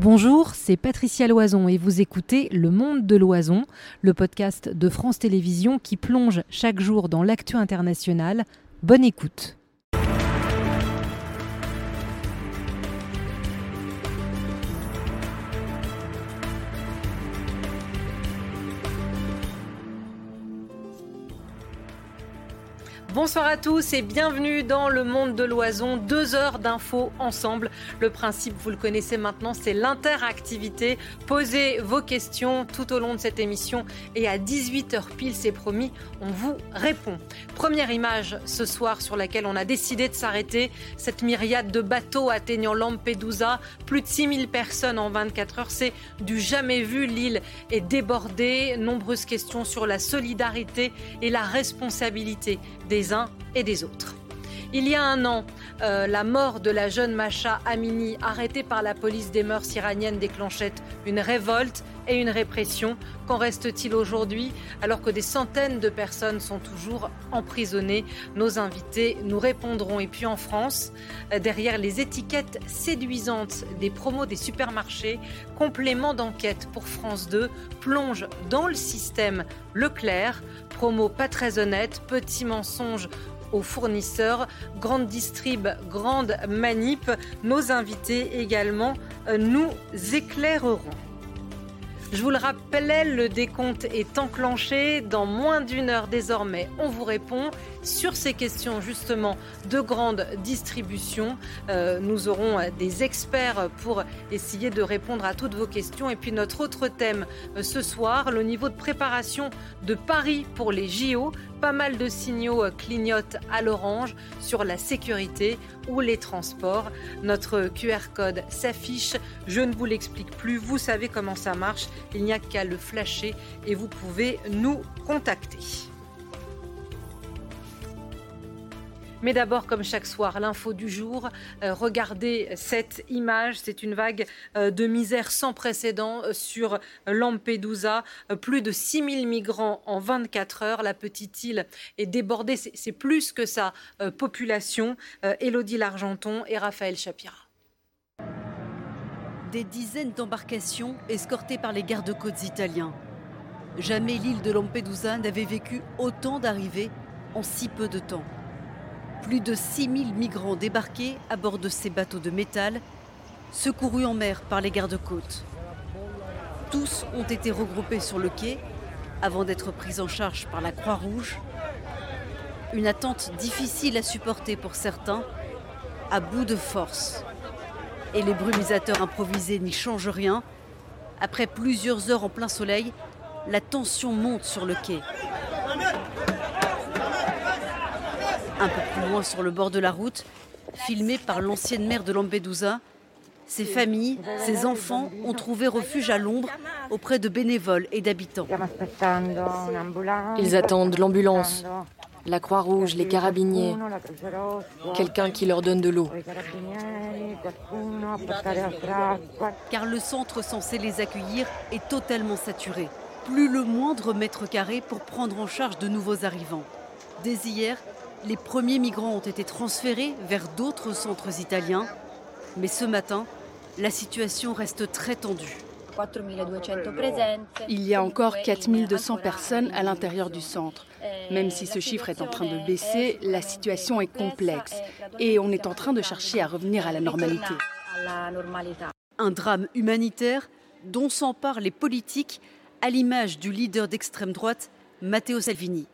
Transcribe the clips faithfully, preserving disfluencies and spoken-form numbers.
Bonjour, c'est Patricia Loison et vous écoutez Le Monde de l'Oison, le podcast de France Télévisions qui plonge chaque jour dans l'actu internationale. Bonne écoute. Bonsoir à tous et bienvenue dans Le Monde de l'Oison, deux heures d'infos ensemble. Le principe, vous le connaissez maintenant, c'est l'interactivité. Posez vos questions tout au long de cette émission et à dix-huit heures pile, c'est promis, on vous répond. Première image ce soir sur laquelle on a décidé de s'arrêter, cette myriade de bateaux atteignant Lampedusa, plus de six mille personnes en vingt-quatre heures, c'est du jamais vu, l'île est débordée. Nombreuses questions sur la solidarité et la responsabilité des uns et des autres. Il y a un an, euh, la mort de la jeune Mahsa Amini, arrêtée par la police des mœurs iraniennes, déclenchait une révolte et une répression. Qu'en reste-t-il aujourd'hui, alors que des centaines de personnes sont toujours emprisonnées? Nos invités nous répondront. Et puis en France, euh, derrière les étiquettes séduisantes des promos des supermarchés, complément d'enquête pour France deux plonge dans le système Leclerc. Promo pas très honnête, petits mensonges aux fournisseurs, grande distrib, grande manip. Nos invités également nous éclaireront. Je vous le rappelais, le décompte est enclenché. Dans moins d'une heure désormais, on vous répond sur ces questions justement de grande distribution. Euh, nous aurons des experts pour essayer de répondre à toutes vos questions. Et puis notre autre thème euh, ce soir, le niveau de préparation de Paris pour les J O. Pas mal de signaux clignotent à l'orange sur la sécurité ou les transports. Notre Q R code s'affiche. Je ne vous l'explique plus. Vous savez comment ça marche. Il n'y a qu'à le flasher et vous pouvez nous contacter. Mais d'abord, comme chaque soir, l'info du jour. Euh, regardez cette image. C'est une vague euh, de misère sans précédent euh, sur Lampedusa. Euh, plus de six mille migrants en vingt-quatre heures. La petite île est débordée. C'est, c'est plus que sa euh, population. Euh, Élodie Largenton et Raphaël Chapira. Des dizaines d'embarcations escortées par les gardes-côtes italiens. Jamais l'île de Lampedusa n'avait vécu autant d'arrivées en si peu de temps. Plus de six mille migrants débarqués à bord de ces bateaux de métal, secourus en mer par les gardes-côtes. Tous ont été regroupés sur le quai avant d'être pris en charge par la Croix-Rouge. Une attente difficile à supporter pour certains, à bout de force. Et les brumisateurs improvisés n'y changent rien. Après plusieurs heures en plein soleil, la tension monte sur le quai. Un peu plus loin sur le bord de la route, filmé par l'ancienne maire de Lampedusa, ses familles, ses enfants ont trouvé refuge à l'ombre auprès de bénévoles et d'habitants. Ils attendent l'ambulance, la Croix-Rouge, les carabiniers, quelqu'un qui leur donne de l'eau. Car le centre censé les accueillir est totalement saturé. Plus le moindre mètre carré pour prendre en charge de nouveaux arrivants. Dès hier, les premiers migrants ont été transférés vers d'autres centres italiens. Mais ce matin, la situation reste très tendue. Il y a encore quatre mille deux cents personnes à l'intérieur du centre. Même si ce chiffre est en train de baisser, la situation est complexe et on est en train de chercher à revenir à la normalité. Un drame humanitaire dont s'emparent les politiques à l'image du leader d'extrême droite, Matteo Salvini.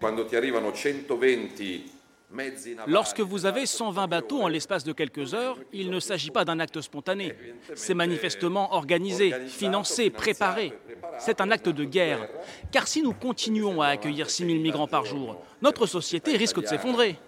Lorsque vous avez cent vingt bateaux en l'espace de quelques heures, il ne s'agit pas d'un acte spontané. C'est manifestement organisé, financé, préparé. C'est un acte de guerre. Car si nous continuons à accueillir six mille migrants par jour, notre société risque de s'effondrer.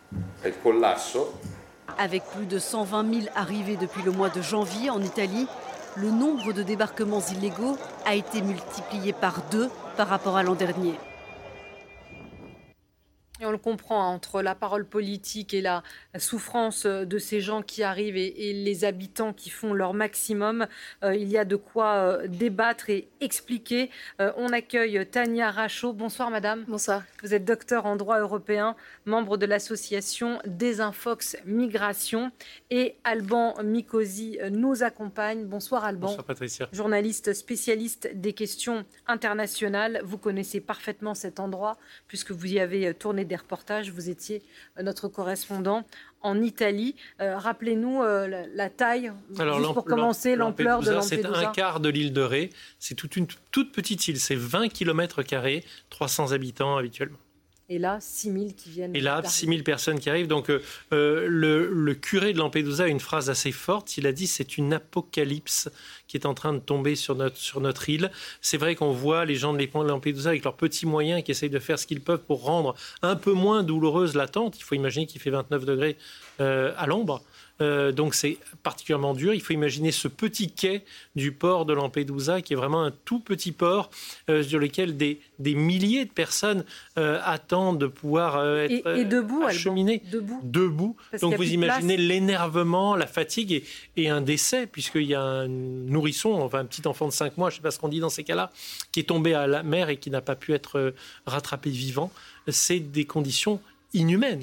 Avec plus de cent vingt mille arrivées depuis le mois de janvier en Italie, le nombre de débarquements illégaux a été multiplié par deux par rapport à l'an dernier. Et on le comprend, hein, entre la parole politique et la souffrance de ces gens qui arrivent et, et les habitants qui font leur maximum, euh, il y a de quoi euh, débattre et expliquer. Euh, on accueille Tania Rachaud. Bonsoir madame. Bonsoir. Vous êtes docteur en droit européen, membre de l'association Desinfox Migration. Et Alban Mikosi nous accompagne. Bonsoir Alban. Bonsoir Patricia. Journaliste spécialiste des questions internationales. Vous connaissez parfaitement cet endroit puisque vous y avez tourné des reportages. Vous étiez notre correspondant en Italie. Euh, rappelez-nous euh, la, la taille, Alors, juste pour commencer, l'ampleur de Lampedusa. Lampedusa. C'est un quart de l'île de Ré. C'est toute une toute petite île. C'est vingt kilomètres carrés, trois cents habitants habituellement. Et là, six mille qui viennent. Et là, six mille personnes qui arrivent. Donc, euh, le, le curé de Lampedusa a une phrase assez forte. Il a dit « c'est une apocalypse qui est en train de tomber sur notre, sur notre île ». C'est vrai qu'on voit les gens de Lampedusa avec leurs petits moyens qui essayent de faire ce qu'ils peuvent pour rendre un peu moins douloureuse l'attente. Il faut imaginer qu'il fait vingt-neuf degrés euh, à l'ombre. Euh, donc c'est particulièrement dur. Il faut imaginer ce petit quai du port de Lampedusa qui est vraiment un tout petit port euh, sur lequel des, des milliers de personnes euh, attendent de pouvoir euh, être et, et debout, acheminées. Debout. Debout. Donc vous imaginez l'énervement, la fatigue et, et un décès, puisqu'il y a un nourrisson, enfin un petit enfant de cinq mois, je ne sais pas ce qu'on dit dans ces cas-là, qui est tombé à la mer et qui n'a pas pu être rattrapé vivant. C'est des conditions inhumaines.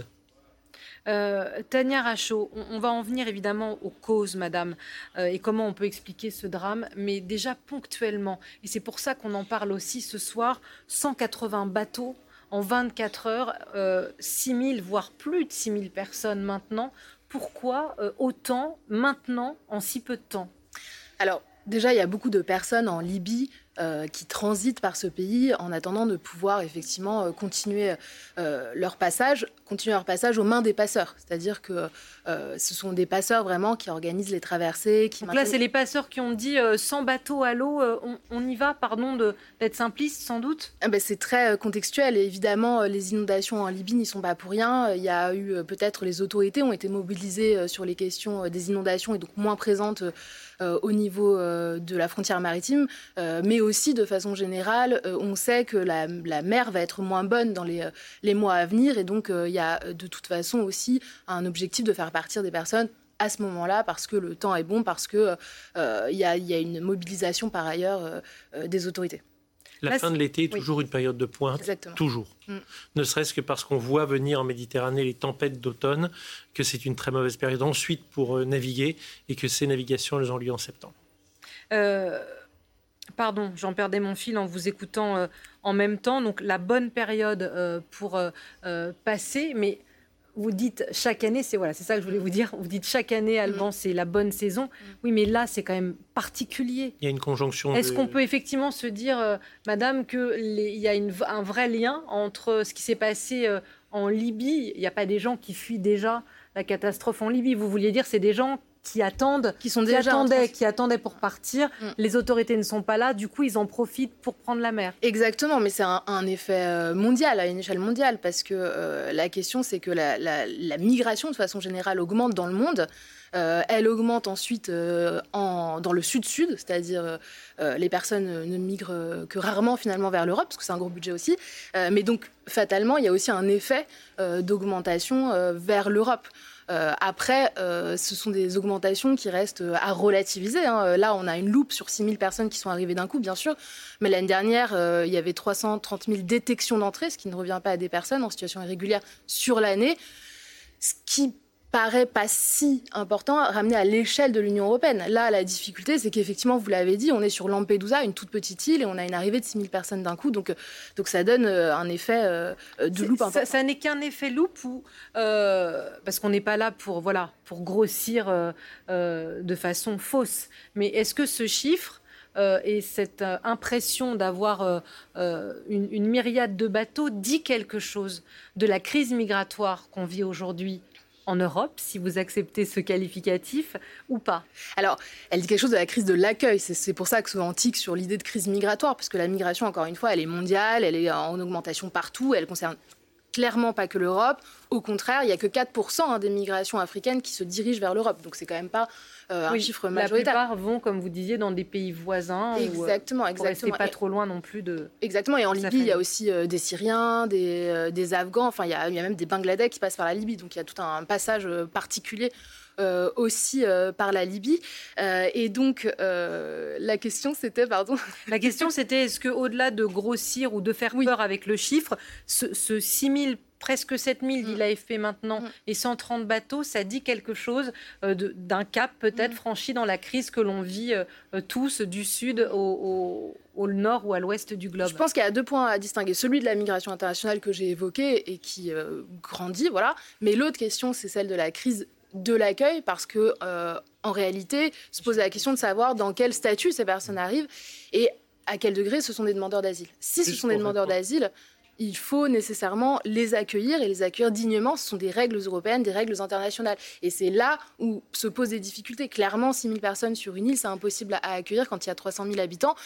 Euh, Tania Rachaud, on, on va en venir évidemment aux causes, madame, euh, et comment on peut expliquer ce drame, mais déjà ponctuellement, et c'est pour ça qu'on en parle aussi ce soir, cent quatre-vingts bateaux en vingt-quatre heures, euh, six mille, voire plus de six mille personnes maintenant. Pourquoi euh, autant maintenant, en si peu de temps ? Alors, déjà, il y a beaucoup de personnes en Libye Euh, qui transitent par ce pays en attendant de pouvoir effectivement euh, continuer euh, leur passage, continuer leur passage aux mains des passeurs. C'est-à-dire que euh, ce sont des passeurs vraiment qui organisent les traversées. Qui Donc là, c'est les passeurs qui ont dit euh, cent bateaux à l'eau, euh, on, on y va, pardon de, d'être simpliste sans doute. Ah ben, c'est très euh, contextuel et évidemment euh, les inondations en Libye n'y sont pas pour rien. Il y a eu euh, peut-être les autorités ont été mobilisées euh, sur les questions euh, des inondations et donc moins présentes euh, au niveau euh, de la frontière maritime, euh, mais aussi, de façon générale, euh, on sait que la, la mer va être moins bonne dans les, les mois à venir. Et donc, il euh, y a de toute façon aussi un objectif de faire partir des personnes à ce moment-là parce que le temps est bon, parce qu'il euh, y, y a une mobilisation par ailleurs euh, euh, des autorités. La Là, fin de l'été est oui. toujours une période de pointe, Exactement. toujours. Mm. Ne serait-ce que parce qu'on voit venir en Méditerranée les tempêtes d'automne, que c'est une très mauvaise période ensuite pour euh, naviguer et que ces navigations, elles ont lieu en septembre. Euh... Pardon, j'en perdais mon fil en vous écoutant euh, en même temps. Donc la bonne période euh, pour euh, euh, passer, mais vous dites chaque année, c'est voilà, c'est ça que je voulais vous dire. Vous dites chaque année, Alban, mmh. c'est la bonne saison. Mmh. Oui, mais là, c'est quand même particulier. Il y a une conjonction. Est-ce de... qu'on peut effectivement se dire, euh, Madame, qu'il y a une, un vrai lien entre ce qui s'est passé euh, en Libye ? Il n'y a pas des gens qui fuient déjà la catastrophe en Libye. Vous vouliez dire, c'est des gens qui attendent, qui, sont déjà qui, attendaient, qui attendaient pour partir. Mm. Les autorités ne sont pas là, du coup, ils en profitent pour prendre la mer. Exactement, mais c'est un, un effet mondial, à une échelle mondiale, parce que euh, la question, c'est que la, la, la migration, de façon générale, augmente dans le monde. Euh, elle augmente ensuite euh, en, dans le sud-sud, c'est-à-dire euh, les personnes ne migrent que rarement finalement vers l'Europe, parce que c'est un gros budget aussi. Euh, mais donc, fatalement, il y a aussi un effet euh, d'augmentation euh, vers l'Europe. Euh, après, euh, ce sont des augmentations qui restent à relativiser. Hein. Là, on a une loupe sur six mille personnes qui sont arrivées d'un coup, bien sûr. Mais l'année dernière, euh, il y avait trois cent trente mille détections d'entrée, ce qui ne revient pas à des personnes en situation irrégulière sur l'année. Ce qui paraît pas si important à ramener à l'échelle de l'Union européenne. Là, la difficulté, c'est qu'effectivement, vous l'avez dit, on est sur Lampedusa, une toute petite île, et on a une arrivée de six mille personnes d'un coup. Donc, donc ça donne un effet euh, de loupe important. Ça, ça n'est qu'un effet loupe, ou, euh, parce qu'on n'est pas là pour, voilà, pour grossir euh, euh, de façon fausse. Mais est-ce que ce chiffre euh, et cette euh, impression d'avoir euh, euh, une, une myriade de bateaux dit quelque chose de la crise migratoire qu'on vit aujourd'hui en Europe, si vous acceptez ce qualificatif, ou pas? Alors, elle dit quelque chose de la crise de l'accueil. C'est, c'est pour ça que souvent on tique sur l'idée de crise migratoire, parce que la migration, encore une fois, elle est mondiale, elle est en augmentation partout, elle concerne clairement pas que l'Europe. Au contraire, il n'y a que quatre pour cent hein, des migrations africaines qui se dirigent vers l'Europe. Donc c'est quand même pas euh, un oui, chiffre majoritaire. La plupart vont, comme vous disiez, dans des pays voisins. Exactement, où, exactement. Pour rester pas trop loin non plus de... Exactement, et en Libye, il y a aussi euh, des Syriens, des, euh, des Afghans, enfin il y, a, il y a même des Bangladais qui passent par la Libye, donc il y a tout un passage particulier Euh, aussi euh, par la Libye. Euh, et donc, euh, la question, c'était, pardon La question, c'était, est-ce qu'au-delà de grossir ou de faire oui. peur avec le chiffre, ce, ce six mille, presque sept mille, dit mmh. l'A F P maintenant, mmh. et cent trente bateaux, ça dit quelque chose euh, de, d'un cap peut-être mmh. franchi dans la crise que l'on vit euh, tous du sud au, au, au nord ou à l'ouest du globe? Je pense qu'il y a deux points à distinguer. Celui de la migration internationale que j'ai évoqué et qui euh, grandit, voilà. Mais l'autre question, c'est celle de la crise de l'accueil, parce que euh, en réalité, se pose la question de savoir dans quel statut ces personnes arrivent et à quel degré ce sont des demandeurs d'asile. Si ce sont des demandeurs d'asile, il faut nécessairement les accueillir et les accueillir dignement. Ce sont des règles européennes, des règles internationales. Et c'est là où se posent des difficultés. Clairement, six mille personnes sur une île, c'est impossible à accueillir quand il y a trois cent mille habitants.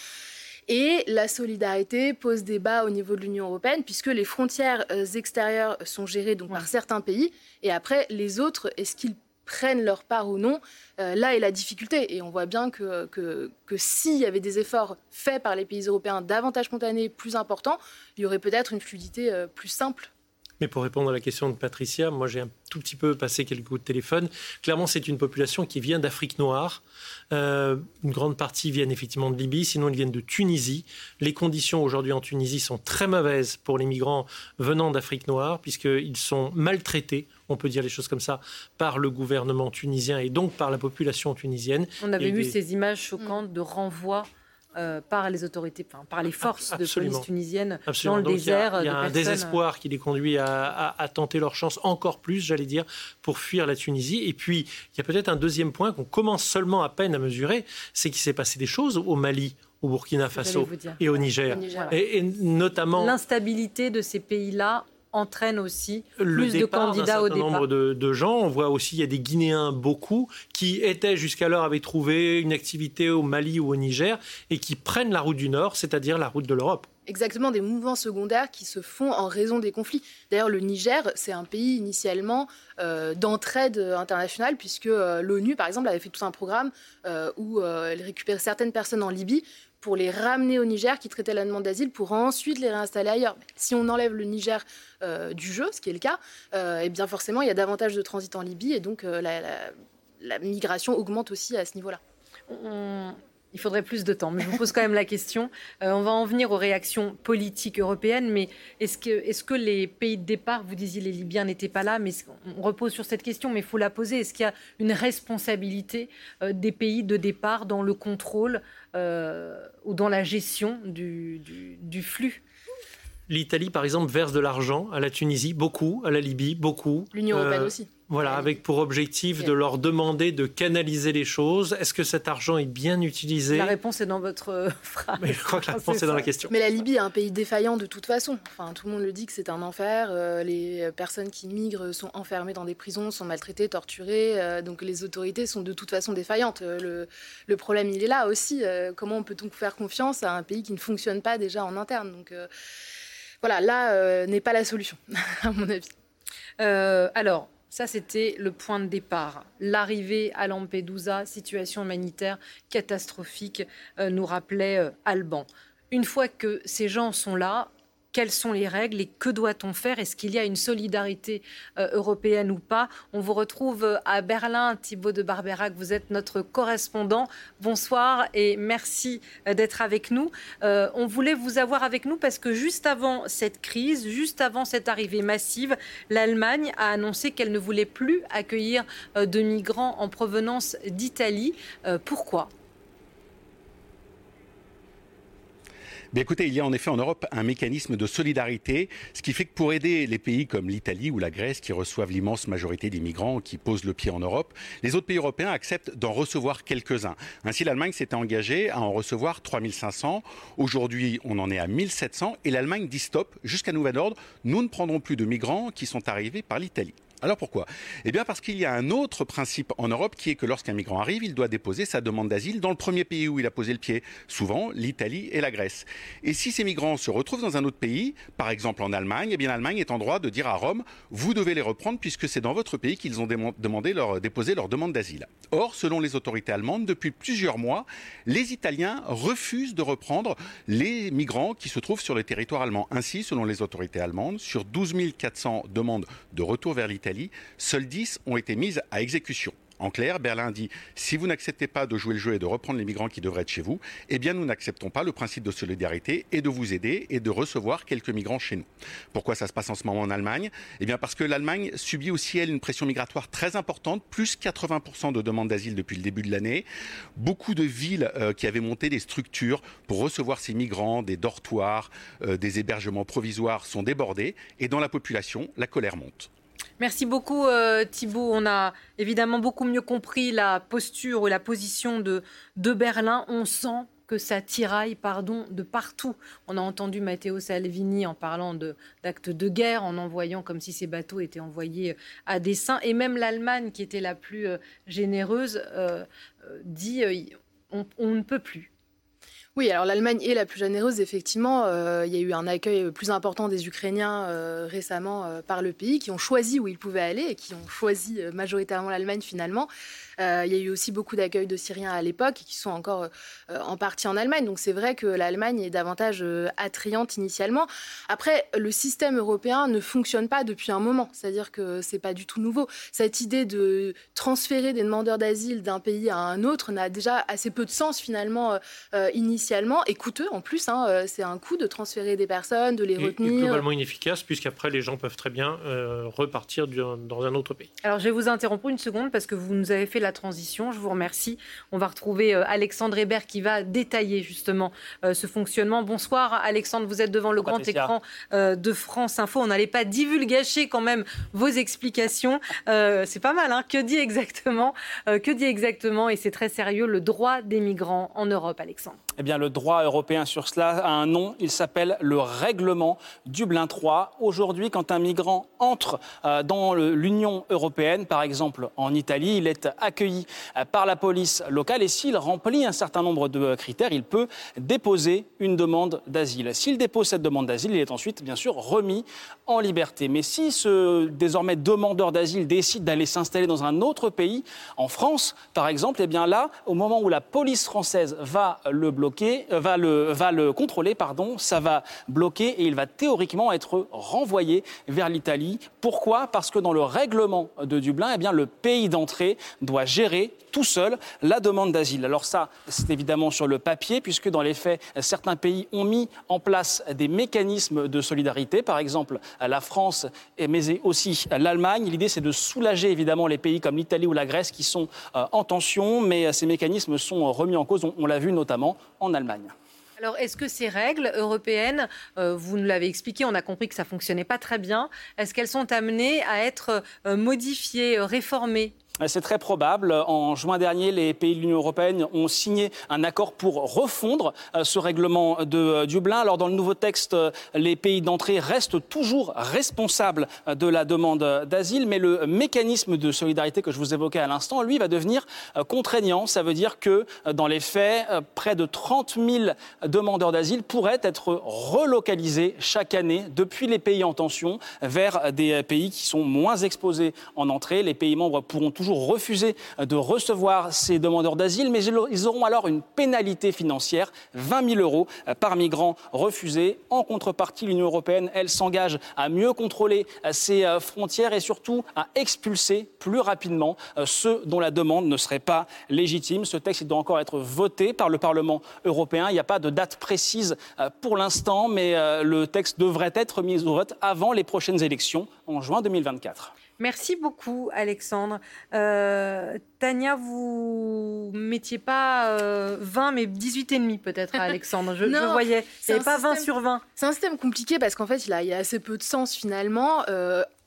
Et la solidarité pose débat au niveau de l'Union européenne, puisque les frontières extérieures sont gérées donc, ouais. par certains pays. Et après, les autres, est-ce qu'ils prennent leur part ou non, euh, là est la difficulté. Et on voit bien que, que, que s'il y avait des efforts faits par les pays européens davantage spontanés, plus importants, il y aurait peut-être une fluidité euh, plus simple. Mais pour répondre à la question de Patricia, moi j'ai un tout petit peu passé quelques coups de téléphone. Clairement, c'est une population qui vient d'Afrique noire. Euh, une grande partie viennent effectivement de Libye, sinon ils viennent de Tunisie. Les conditions aujourd'hui en Tunisie sont très mauvaises pour les migrants venant d'Afrique noire, puisqu'ils sont maltraités, on peut dire les choses comme ça, par le gouvernement tunisien et donc par la population tunisienne. On avait et vu des... ces images choquantes mmh. de renvoi Euh, par les autorités, enfin, par les forces Absolument. de police tunisiennes Absolument. dans le Donc, désert. Il y a, il y a de un personnes... désespoir qui les conduit à, à, à tenter leur chance encore plus, j'allais dire, pour fuir la Tunisie. Et puis, il y a peut-être un deuxième point qu'on commence seulement à peine à mesurer, c'est qu'il s'est passé des choses au Mali, au Burkina Faso et au Niger. Au Niger. Et, et notamment... L'instabilité de ces pays-là entraîne aussi le plus de candidats au départ. Nombre de, de gens. On voit aussi il y a des Guinéens, beaucoup, qui étaient jusqu'alors, avaient trouvé une activité au Mali ou au Niger et qui prennent la route du Nord, c'est-à-dire la route de l'Europe. Exactement, des mouvements secondaires qui se font en raison des conflits. D'ailleurs, le Niger, c'est un pays initialement euh, d'entraide internationale, puisque euh, l'ONU, par exemple, avait fait tout un programme euh, où euh, elle récupérait certaines personnes en Libye pour les ramener au Niger, qui traitaient la demande d'asile, pour ensuite les réinstaller ailleurs. Si on enlève le Niger euh, du jeu, ce qui est le cas, euh, eh bien forcément, il y a davantage de transit en Libye, et donc euh, la, la, la migration augmente aussi à ce niveau-là. On... Il faudrait plus de temps, mais je vous pose quand même la question. Euh, on va en venir aux réactions politiques européennes, mais est-ce que, est-ce que les pays de départ, vous disiez les Libyens n'étaient pas là, mais on repose sur cette question, mais il faut la poser. Est-ce qu'il y a une responsabilité euh, des pays de départ dans le contrôle euh, ou dans la gestion du, du, du flux ? L'Italie, par exemple, verse de l'argent à la Tunisie, beaucoup, à la Libye, beaucoup. L'Union européenne euh, aussi. Voilà, avec pour objectif de leur demander de canaliser les choses. Est-ce que cet argent est bien utilisé ? La réponse est dans votre phrase. Mais je crois que la réponse est, est dans la question. Mais la Libye est un pays défaillant de toute façon. Enfin, tout le monde le dit que c'est un enfer. Euh, les personnes qui migrent sont enfermées dans des prisons, sont maltraitées, torturées. Euh, donc les autorités sont de toute façon défaillantes. Euh, le, le problème, il est là aussi. Euh, comment peut-on faire confiance à un pays qui ne fonctionne pas déjà en interne ? Donc euh, voilà, là euh, n'est pas la solution, à mon avis. Euh, alors... Ça, c'était le point de départ. L'arrivée à Lampedusa, situation humanitaire catastrophique, euh, nous rappelait euh, Alban. Une fois que ces gens sont là, quelles sont les règles et que doit-on faire ? Est-ce qu'il y a une solidarité euh, européenne ou pas ? On vous retrouve à Berlin, Thibaut de Barberac, vous êtes notre correspondant. Bonsoir et merci d'être avec nous. Euh, on voulait vous avoir avec nous parce que juste avant cette crise, juste avant cette arrivée massive, l'Allemagne a annoncé qu'elle ne voulait plus accueillir euh, de migrants en provenance d'Italie. Euh, pourquoi ? Bien, écoutez, il y a en effet en Europe un mécanisme de solidarité, ce qui fait que pour aider les pays comme l'Italie ou la Grèce qui reçoivent l'immense majorité des migrants qui posent le pied en Europe, les autres pays européens acceptent d'en recevoir quelques-uns. Ainsi, l'Allemagne s'était engagée à en recevoir trois mille cinq cents. Aujourd'hui, on en est à mille sept cents et l'Allemagne dit stop, jusqu'à nouvel ordre, nous ne prendrons plus de migrants qui sont arrivés par l'Italie. Alors pourquoi ? Eh bien parce qu'il y a un autre principe en Europe qui est que lorsqu'un migrant arrive, il doit déposer sa demande d'asile dans le premier pays où il a posé le pied, souvent l'Italie et la Grèce. Et si ces migrants se retrouvent dans un autre pays, par exemple en Allemagne, eh bien l'Allemagne est en droit de dire à Rome, vous devez les reprendre puisque c'est dans votre pays qu'ils ont demandé leur, déposé leur demande d'asile. Or, selon les autorités allemandes, depuis plusieurs mois, les Italiens refusent de reprendre les migrants qui se trouvent sur le territoire allemand. Ainsi, selon les autorités allemandes, sur douze mille quatre cents demandes de retour vers l'Italie, seules dix ont été mises à exécution. En clair, Berlin dit « si vous n'acceptez pas de jouer le jeu et de reprendre les migrants qui devraient être chez vous, eh bien nous n'acceptons pas le principe de solidarité et de vous aider et de recevoir quelques migrants chez nous ». Pourquoi ça se passe en ce moment en Allemagne ? Eh bien parce que l'Allemagne subit aussi, elle, une pression migratoire très importante, plus quatre-vingts pour cent de demandes d'asile depuis le début de l'année. Beaucoup de villes euh, qui avaient monté des structures pour recevoir ces migrants, des dortoirs, euh, des hébergements provisoires sont débordées et dans la population, la colère monte. Merci beaucoup euh, Thibault. On a évidemment beaucoup mieux compris la posture ou la position de, de Berlin. On sent que ça tiraille pardon, de partout. On a entendu Matteo Salvini en parlant de, d'actes de guerre, en envoyant comme si ces bateaux étaient envoyés à dessein. Et même l'Allemagne, qui était la plus euh, généreuse, euh, dit euh, on, on ne peut plus. Oui, alors l'Allemagne est la plus généreuse, effectivement. Euh, il y a eu un accueil plus important des Ukrainiens euh, récemment euh, par le pays, qui ont choisi où ils pouvaient aller et qui ont choisi euh, majoritairement l'Allemagne finalement. Euh, il y a eu aussi beaucoup d'accueil de Syriens à l'époque et qui sont encore euh, en partie en Allemagne. Donc c'est vrai que l'Allemagne est davantage euh, attrayante initialement. Après, le système européen ne fonctionne pas depuis un moment. C'est-à-dire que c'est pas du tout nouveau. Cette idée de transférer des demandeurs d'asile d'un pays à un autre n'a déjà assez peu de sens finalement euh, initialement et coûteux en plus. Hein. C'est un coût de transférer des personnes, de les et, retenir. Et globalement inefficace puisqu'après les gens peuvent très bien euh, repartir du, dans un autre pays. Alors je vais vous interrompre une seconde parce que vous nous avez fait la transition. Je vous remercie. On va retrouver euh, Alexandre Hébert qui va détailler justement euh, ce fonctionnement. Bonsoir Alexandre, vous êtes devant le grand Patricia. écran euh, de France Info. On n'allait pas divulgacher quand même vos explications. Euh, c'est pas mal, hein. Que dit exactement euh, Que dit exactement, et c'est très sérieux, le droit des migrants en Europe, Alexandre? Eh bien, le droit européen sur cela a un nom. Il s'appelle le règlement Dublin trois. Aujourd'hui, quand un migrant entre euh, dans le, l'Union européenne, par exemple en Italie, il est accueilli euh, par la police locale et s'il remplit un certain nombre de critères, il peut déposer une demande d'asile. S'il dépose cette demande d'asile, il est ensuite, bien sûr, remis en liberté. Mais si ce désormais demandeur d'asile décide d'aller s'installer dans un autre pays, en France, par exemple, eh bien là, au moment où la police française va le bloquer, va le, va le contrôler, pardon, ça va bloquer et il va théoriquement être renvoyé vers l'Italie. Pourquoi ? Parce que dans le règlement de Dublin, eh bien, le pays d'entrée doit gérer tout seul la demande d'asile. Alors ça, c'est évidemment sur le papier, puisque dans les faits, certains pays ont mis en place des mécanismes de solidarité, par exemple la France, mais aussi l'Allemagne. L'idée, c'est de soulager évidemment les pays comme l'Italie ou la Grèce qui sont euh, en tension, mais ces mécanismes sont remis en cause, on, on l'a vu notamment en Allemagne. Alors, est-ce que ces règles européennes, euh, vous nous l'avez expliqué, on a compris que ça ne fonctionnait pas très bien, est-ce qu'elles sont amenées à être euh, modifiées, euh, réformées ? C'est très probable. En juin dernier, les pays de l'Union européenne ont signé un accord pour refondre ce règlement de Dublin. Alors, dans le nouveau texte, les pays d'entrée restent toujours responsables de la demande d'asile, mais le mécanisme de solidarité que je vous évoquais à l'instant, lui, va devenir contraignant. Ça veut dire que, dans les faits, près de trente mille demandeurs d'asile pourraient être relocalisés chaque année depuis les pays en tension vers des pays qui sont moins exposés en entrée. Les pays membres pourront toujours refuser de recevoir ces demandeurs d'asile, mais ils auront alors une pénalité financière, vingt mille euros par migrant refusé. En contrepartie, l'Union européenne, elle s'engage à mieux contrôler ses frontières et surtout à expulser plus rapidement ceux dont la demande ne serait pas légitime. Ce texte il doit encore être voté par le Parlement européen. Il n'y a pas de date précise pour l'instant, mais le texte devrait être mis au vote avant les prochaines élections en juin deux mille vingt-quatre. Merci beaucoup, Alexandre. Euh, Tania, vous ne mettiez pas euh, vingt, mais dix-huit virgule cinq peut-être à Alexandre. Je, non, je voyais. Il n'y avait pas système, vingt sur vingt. C'est un système compliqué parce qu'en fait, il a, il a assez peu de sens finalement. Euh,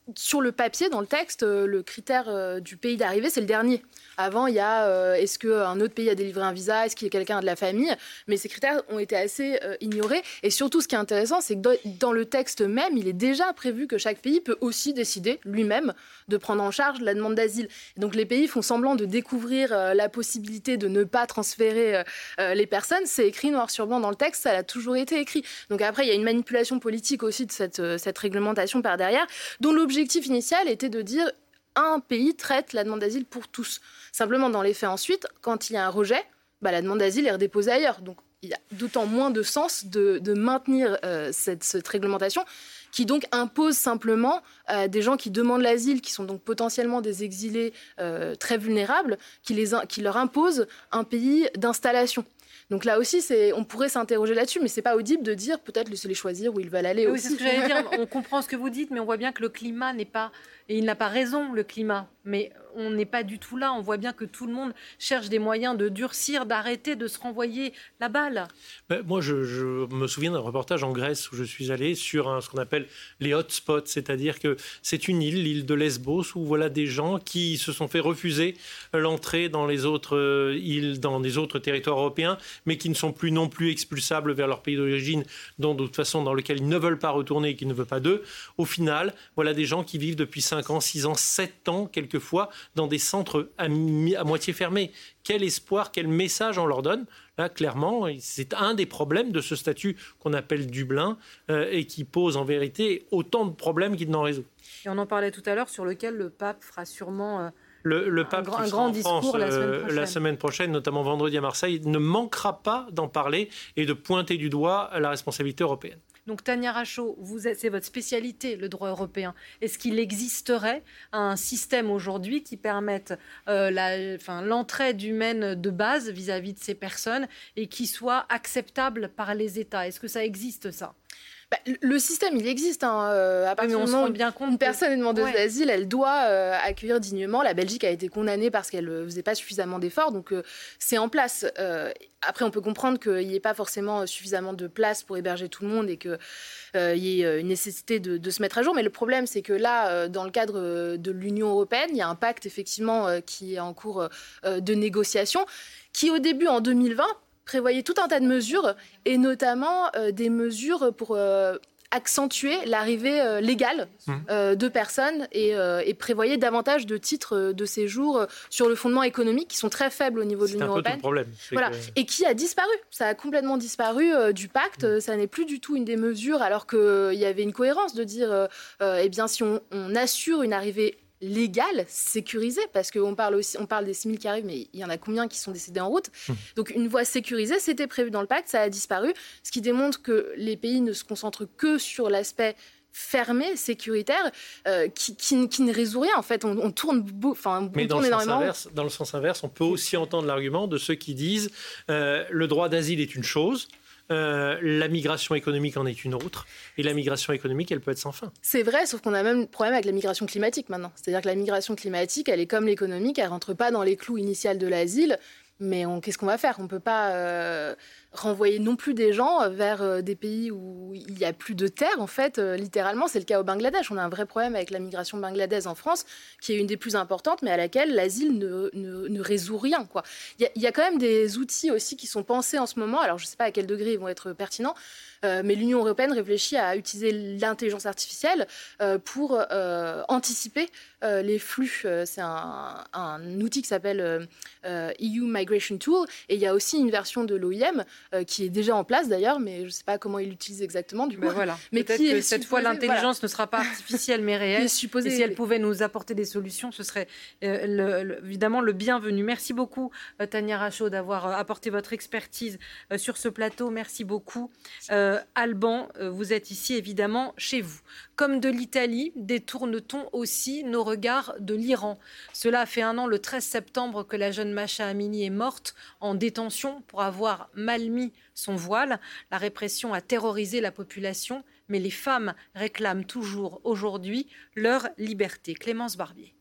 sur le papier, dans le texte, le critère euh, du pays d'arrivée, c'est le dernier. Avant, il y a euh, est-ce qu'un autre pays a délivré un visa, est-ce qu'il y a quelqu'un de la famille, mais ces critères ont été assez euh, ignorés. Et surtout, ce qui est intéressant, c'est que dans, dans le texte même, il est déjà prévu que chaque pays peut aussi décider lui-même de prendre en charge la demande d'asile. Et donc les pays font semblant de découvrir euh, la possibilité de ne pas transférer euh, euh, les personnes. C'est écrit noir sur blanc dans le texte, ça a toujours été écrit. Donc après, il y a une manipulation politique aussi de cette, euh, cette réglementation par derrière, dont l'objectif L'objectif initial était de dire un pays traite la demande d'asile pour tous. Simplement, dans les faits ensuite, quand il y a un rejet, bah, la demande d'asile est redéposée ailleurs. Donc, il y a d'autant moins de sens de, de maintenir euh, cette, cette réglementation qui donc impose simplement à des gens qui demandent l'asile, qui sont donc potentiellement des exilés euh, très vulnérables, qui, les, qui leur impose un pays d'installation. Donc là aussi, c'est, on pourrait s'interroger là-dessus, mais c'est pas audible de dire peut-être laissez-les choisir où ils veulent aller oui, aussi. C'est ce que j'allais dire. On comprend ce que vous dites, mais on voit bien que le climat n'est pas, et il n'a pas raison, le climat. Mais on n'est pas du tout là. On voit bien que tout le monde cherche des moyens de durcir, d'arrêter, de se renvoyer la balle. Ben, moi, je, je me souviens d'un reportage en Grèce où je suis allé sur un, ce qu'on appelle les hotspots, c'est-à-dire que c'est une île, l'île de Lesbos, où voilà des gens qui se sont fait refuser l'entrée dans les autres îles, dans les autres territoires européens, mais qui ne sont plus non plus expulsables vers leur pays d'origine, dont de toute façon dans lequel ils ne veulent pas retourner et qui ne veulent pas d'eux. Au final, voilà des gens qui vivent depuis cinq ans, six ans, sept ans, quelquefois, dans des centres à, mi- à moitié fermés. Quel espoir, quel message on leur donne ? Là, clairement, c'est un des problèmes de ce statut qu'on appelle Dublin euh, et qui pose en vérité autant de problèmes qu'il n'en résout. Et on en parlait tout à l'heure, sur lequel le pape fera sûrement... Euh... Le, le pape un, grand, qui un sera grand en discours France, la, semaine euh, la semaine prochaine, notamment vendredi à Marseille, ne manquera pas d'en parler et de pointer du doigt la responsabilité européenne. Donc Tania Rachaud, vous êtes, c'est votre spécialité, le droit européen. Est-ce qu'il existerait un système aujourd'hui qui permette euh, la, enfin, l'entraide humaine de base vis-à-vis de ces personnes et qui soit acceptable par les États ? Est-ce que ça existe, ça ? Bah, le système, il existe. Hein. Euh, à partir oui, du moment où bien compte une personne est demandeuse ouais. d'asile, elle doit euh, accueillir dignement. La Belgique a été condamnée parce qu'elle ne faisait pas suffisamment d'efforts. Donc, euh, c'est en place. Euh, après, on peut comprendre qu'il n'y ait pas forcément suffisamment de place pour héberger tout le monde et qu'il euh, y ait une nécessité de, de se mettre à jour. Mais le problème, c'est que là, euh, dans le cadre de l'Union européenne, il y a un pacte, effectivement, euh, qui est en cours euh, de négociation, qui, au début, en deux mille vingt, prévoyait tout un tas de mesures, et notamment euh, des mesures pour euh, accentuer l'arrivée euh, légale euh, de personnes et, euh, et prévoyait davantage de titres de séjour euh, sur le fondement économique qui sont très faibles au niveau de l'Union européenne. C'est un peu tout le problème. Voilà. Que... Et qui a disparu. Ça a complètement disparu euh, du pacte. Mmh. Ça n'est plus du tout une des mesures, alors qu'il euh, y avait une cohérence de dire, euh, euh, eh bien, si on, on assure une arrivée légale, sécurisée, parce qu'on parle aussi, on parle des six mille qui arrivent, mais il y en a combien qui sont décédés en route ? Mmh. Donc une voie sécurisée, c'était prévu dans le pacte, ça a disparu, ce qui démontre que les pays ne se concentrent que sur l'aspect fermé, sécuritaire, euh, qui, qui, qui ne résout rien. En fait, on, on tourne, enfin, mais on dans tourne le énormément. Sens inverse, dans le sens inverse, on peut aussi entendre l'argument de ceux qui disent euh, le droit d'asile est une chose. Euh, la migration économique en est une autre. Et la migration économique, elle peut être sans fin. C'est vrai, sauf qu'on a même un problème avec la migration climatique maintenant. C'est-à-dire que la migration climatique, elle est comme l'économique, elle ne rentre pas dans les clous initiaux de l'asile. Mais on, qu'est-ce qu'on va faire ? On ne peut pas euh, renvoyer non plus des gens vers euh, des pays où il n'y a plus de terre, en fait, euh, littéralement. C'est le cas au Bangladesh. On a un vrai problème avec la migration bangladaise en France, qui est une des plus importantes, mais à laquelle l'asile ne, ne, ne résout rien, quoi. Il y, y a quand même des outils aussi qui sont pensés en ce moment. Alors, je ne sais pas à quel degré ils vont être pertinents, euh, mais l'Union européenne réfléchit à utiliser l'intelligence artificielle euh, pour euh, anticiper euh, les flux. Euh, c'est un, un outil qui s'appelle euh, E U Migration Tool, et il y a aussi une version de l'O I M euh, qui est déjà en place d'ailleurs, mais je ne sais pas comment ils l'utilisent exactement du coup. Ben voilà. Mais peut-être qui que est cette supposé, fois l'intelligence voilà. ne sera pas artificielle mais réelle. Supposé, et si elle pouvait nous apporter des solutions, ce serait euh, le, le, évidemment le bienvenu. Merci beaucoup euh, Tania Rachaud d'avoir euh, apporté votre expertise euh, sur ce plateau. Merci beaucoup. Euh, Alban, euh, vous êtes ici évidemment chez vous. Comme de l'Italie, détourne-t-on aussi nos regards de l'Iran ? Cela a fait un an le treize septembre que la jeune Mahsa Amini est morte en détention pour avoir mal mis son voile. La répression a terrorisé la population, mais les femmes réclament toujours aujourd'hui leur liberté. Clémence Barbier.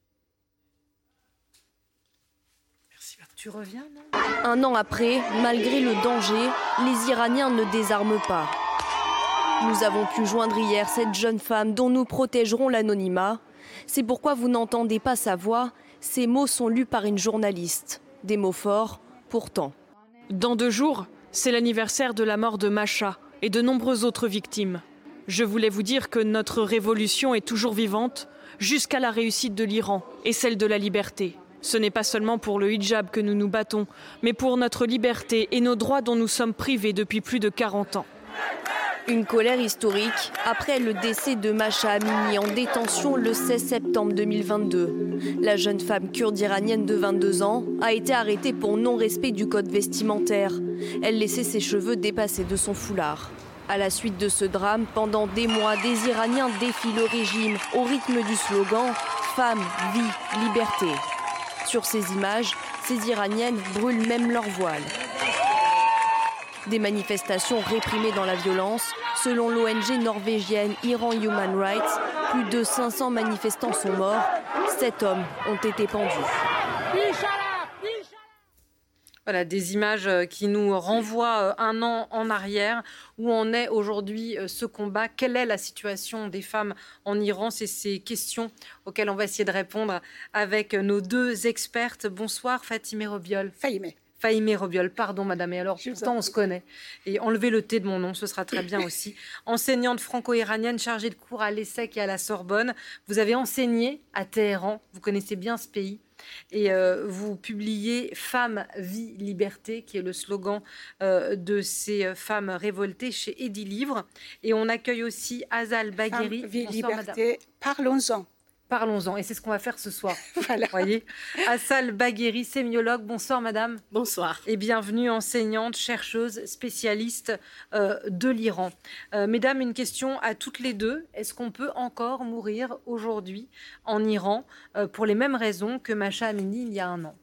Merci. Tu reviens, non ? Un an après, malgré le danger, les Iraniens ne désarment pas. Nous avons pu joindre hier cette jeune femme dont nous protégerons l'anonymat. C'est pourquoi vous n'entendez pas sa voix. Ces mots sont lus par une journaliste. Des mots forts, pourtant. Dans deux jours, c'est l'anniversaire de la mort de Masha et de nombreuses autres victimes. Je voulais vous dire que notre révolution est toujours vivante jusqu'à la réussite de l'Iran et celle de la liberté. Ce n'est pas seulement pour le hijab que nous nous battons, mais pour notre liberté et nos droits dont nous sommes privés depuis plus de quarante ans. Une colère historique après le décès de Masha Amini en détention le seize septembre deux mille vingt-deux. La jeune femme kurde iranienne de vingt-deux ans a été arrêtée pour non-respect du code vestimentaire. Elle laissait ses cheveux dépasser de son foulard. À la suite de ce drame, pendant des mois, des Iraniens défient le régime au rythme du slogan « Femme, vie, liberté ». Sur ces images, ces Iraniennes brûlent même leur voile. Des manifestations réprimées dans la violence. Selon l'O N G norvégienne Iran Human Rights, plus de cinq cents manifestants sont morts. Sept hommes ont été pendus. Voilà, des images qui nous renvoient un an en arrière. Où en est aujourd'hui ce combat? Quelle est la situation des femmes en Iran? C'est ces questions auxquelles on va essayer de répondre avec nos deux expertes. Bonsoir Fatimeh Robiol. Faïmé. Faïmé Robiol, pardon madame, et alors pourtant on se connaît. Et enlevez le T de mon nom, ce sera très bien aussi. Enseignante franco-iranienne chargée de cours à l'ESSEC et à la Sorbonne. Vous avez enseigné à Téhéran, vous connaissez bien ce pays. Et euh, vous publiez « Femmes, vie, liberté » qui est le slogan euh, de ces femmes révoltées chez Edilivre. Et on accueille aussi Azal Bagheri. Femmes, vie, Bonsoir, liberté, parlons-en. Parlons-en, et c'est ce qu'on va faire ce soir. Voilà. Voyez. Azal Bagheri, sémiologue. Bonsoir madame. Bonsoir. Et bienvenue, enseignante, chercheuse, spécialiste euh, de l'Iran. Euh, mesdames, une question à toutes les deux. Est-ce qu'on peut encore mourir aujourd'hui en Iran euh, pour les mêmes raisons que Masha Amini il y a un an?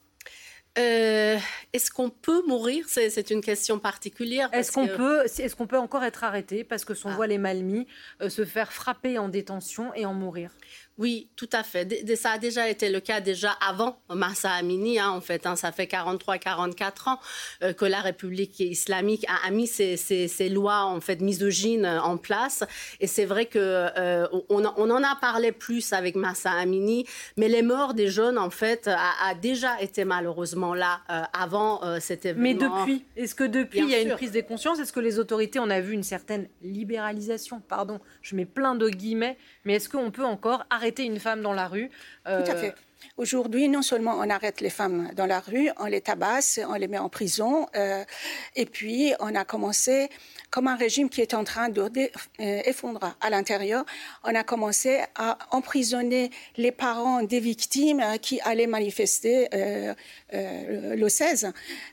Euh, est-ce qu'on peut mourir? c'est, c'est une question particulière. Est-ce qu'on, que... peut, est-ce qu'on peut encore être arrêté parce que son ah. voile est mal mis, euh, se faire frapper en détention et en mourir? Oui, tout à fait. D- ça a déjà été le cas déjà avant Mahsa Amini, hein, en fait. Hein, ça fait quarante-trois quarante-quatre ans euh, que la République islamique a, a mis ces, ces, ces lois en fait misogynes en place. Et c'est vrai que euh, on, on en a parlé plus avec Mahsa Amini, mais les morts des jeunes en fait a, a déjà été malheureusement là euh, avant euh, cet événement. Mais depuis, est-ce que depuis Bien il y a sûr. une prise de conscience? Est-ce que les autorités, on a vu une certaine libéralisation? Pardon, je mets plein de guillemets, mais est-ce qu'on peut encore arrêter une femme dans la rue? euh... Tout à fait. Aujourd'hui, non seulement on arrête les femmes dans la rue, on les tabasse, on les met en prison, euh, et puis on a commencé, comme un régime qui est en train d'effondrer à l'intérieur, on a commencé à emprisonner les parents des victimes qui allaient manifester euh, euh, le seize,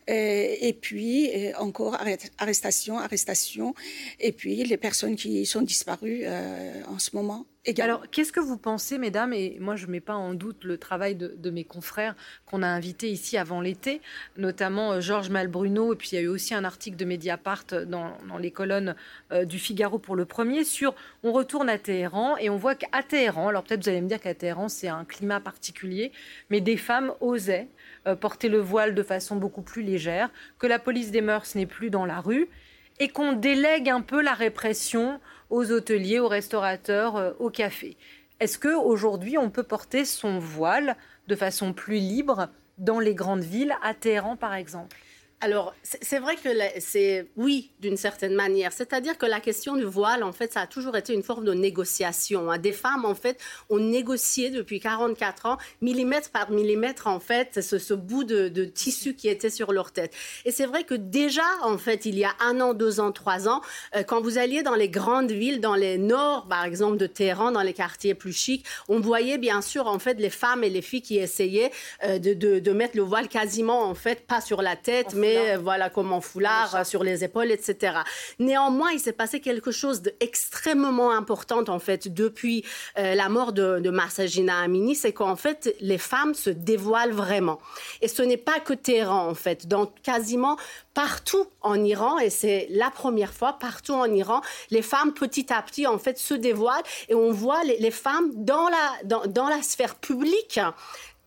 et, et puis et encore arrestation, arrestation, et puis les personnes qui sont disparues euh, en ce moment. Également. Alors, qu'est-ce que vous pensez, mesdames, et moi je ne mets pas en doute le travail de, de mes confrères qu'on a invités ici avant l'été, notamment euh, Georges Malbruno, et puis il y a eu aussi un article de Mediapart dans, dans les colonnes euh, du Figaro pour le premier, sur on retourne à Téhéran, et on voit qu'à Téhéran, alors peut-être vous allez me dire qu'à Téhéran c'est un climat particulier, mais des femmes osaient euh, porter le voile de façon beaucoup plus légère, que la police des mœurs n'est plus dans la rue, et qu'on délègue un peu la répression aux hôteliers, aux restaurateurs, euh, au café. Est-ce qu'aujourd'hui, on peut porter son voile de façon plus libre dans les grandes villes, à Téhéran par exemple? Alors, c'est vrai que c'est oui, d'une certaine manière. C'est-à-dire que la question du voile, en fait, ça a toujours été une forme de négociation. Des femmes, en fait, ont négocié depuis quarante-quatre ans, millimètre par millimètre, en fait, ce, ce bout de, de tissu qui était sur leur tête. Et c'est vrai que déjà, en fait, il y a un an, deux ans, trois ans, euh, quand vous alliez dans les grandes villes, dans les nord, par exemple, de Téhéran, dans les quartiers plus chics, on voyait bien sûr, en fait, les femmes et les filles qui essayaient euh, de, de, de mettre le voile quasiment, en fait, pas sur la tête, mais voilà, comme en foulard, euh, sur les épaules, et cetera. Néanmoins, il s'est passé quelque chose d'extrêmement important, en fait, depuis euh, la mort de, de Mahsa Amini, c'est qu'en fait, les femmes se dévoilent vraiment. Et ce n'est pas que Téhéran, en fait. Dans quasiment partout en Iran, et c'est la première fois, partout en Iran, les femmes, petit à petit, en fait, se dévoilent, et on voit les, les femmes dans la, dans, dans la sphère publique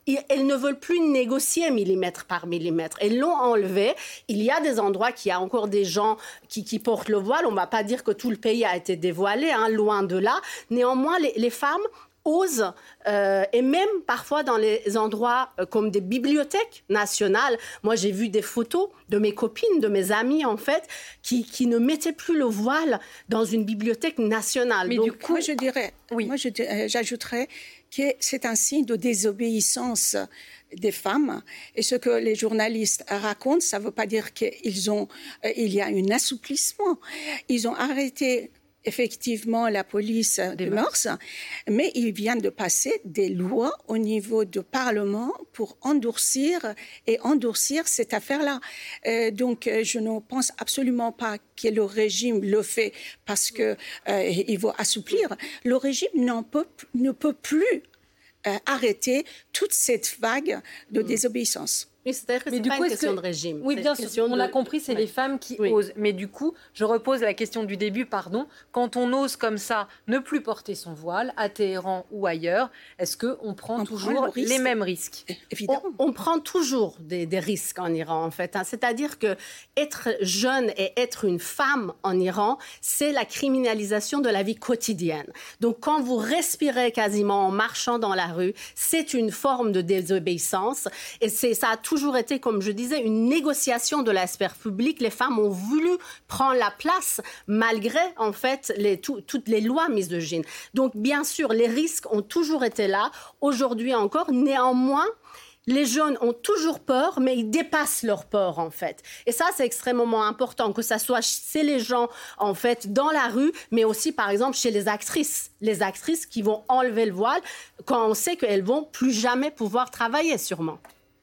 elles ne veulent plus négocier millimètre par millimètre. Elles l'ont enlevé. Il y a des endroits qui a encore des gens qui, qui portent le voile. On ne va pas dire que tout le pays a été dévoilé, hein, loin de là. Néanmoins, les, les femmes osent, euh, et même parfois dans les endroits euh, comme des bibliothèques nationales. Moi, j'ai vu des photos de mes copines, de mes amies, en fait, qui, qui ne mettaient plus le voile dans une bibliothèque nationale. Mais Donc, du coup, moi, je dirais, oui. moi, je, euh, j'ajouterais que c'est un signe de désobéissance des femmes. Et ce que les journalistes racontent, ça ne veut pas dire qu'il euh, y a un assouplissement. Ils ont arrêté effectivement la police des mœurs, mais il vient de passer des lois au niveau du Parlement pour endurcir et endurcir cette affaire-là. Euh, donc, je ne pense absolument pas que le régime le fait parce qu'il euh, veut assouplir. Le régime n'en peut, ne peut plus euh, arrêter toute cette vague de mmh. désobéissance. Oui, c'est-à-dire que ce n'est pas une question que... de régime. Oui, bien sûr, on de... a compris, c'est ouais. les femmes qui oui. osent. Mais du coup, je repose la question du début, pardon. Quand on ose comme ça ne plus porter son voile, à Téhéran ou ailleurs, est-ce qu'on prend on toujours prend les mêmes risques? Évidemment. On, on prend toujours des, des risques en Iran, en fait. Hein. C'est-à-dire que être jeune et être une femme en Iran, c'est la criminalisation de la vie quotidienne. Donc, quand vous respirez quasiment en marchant dans la rue, c'est une forme de désobéissance. Et c'est, ça a toujours toujours été, comme je disais, une négociation de la sphère publique. Les femmes ont voulu prendre la place malgré, en fait, les, tout, toutes les lois misogynes. Donc, bien sûr, les risques ont toujours été là, aujourd'hui encore. Néanmoins, les jeunes ont toujours peur, mais ils dépassent leur peur, en fait. Et ça, c'est extrêmement important, que ça soit chez les gens, en fait, dans la rue, mais aussi, par exemple, chez les actrices. Les actrices qui vont enlever le voile quand on sait qu'elles vont plus jamais pouvoir travailler, sûrement.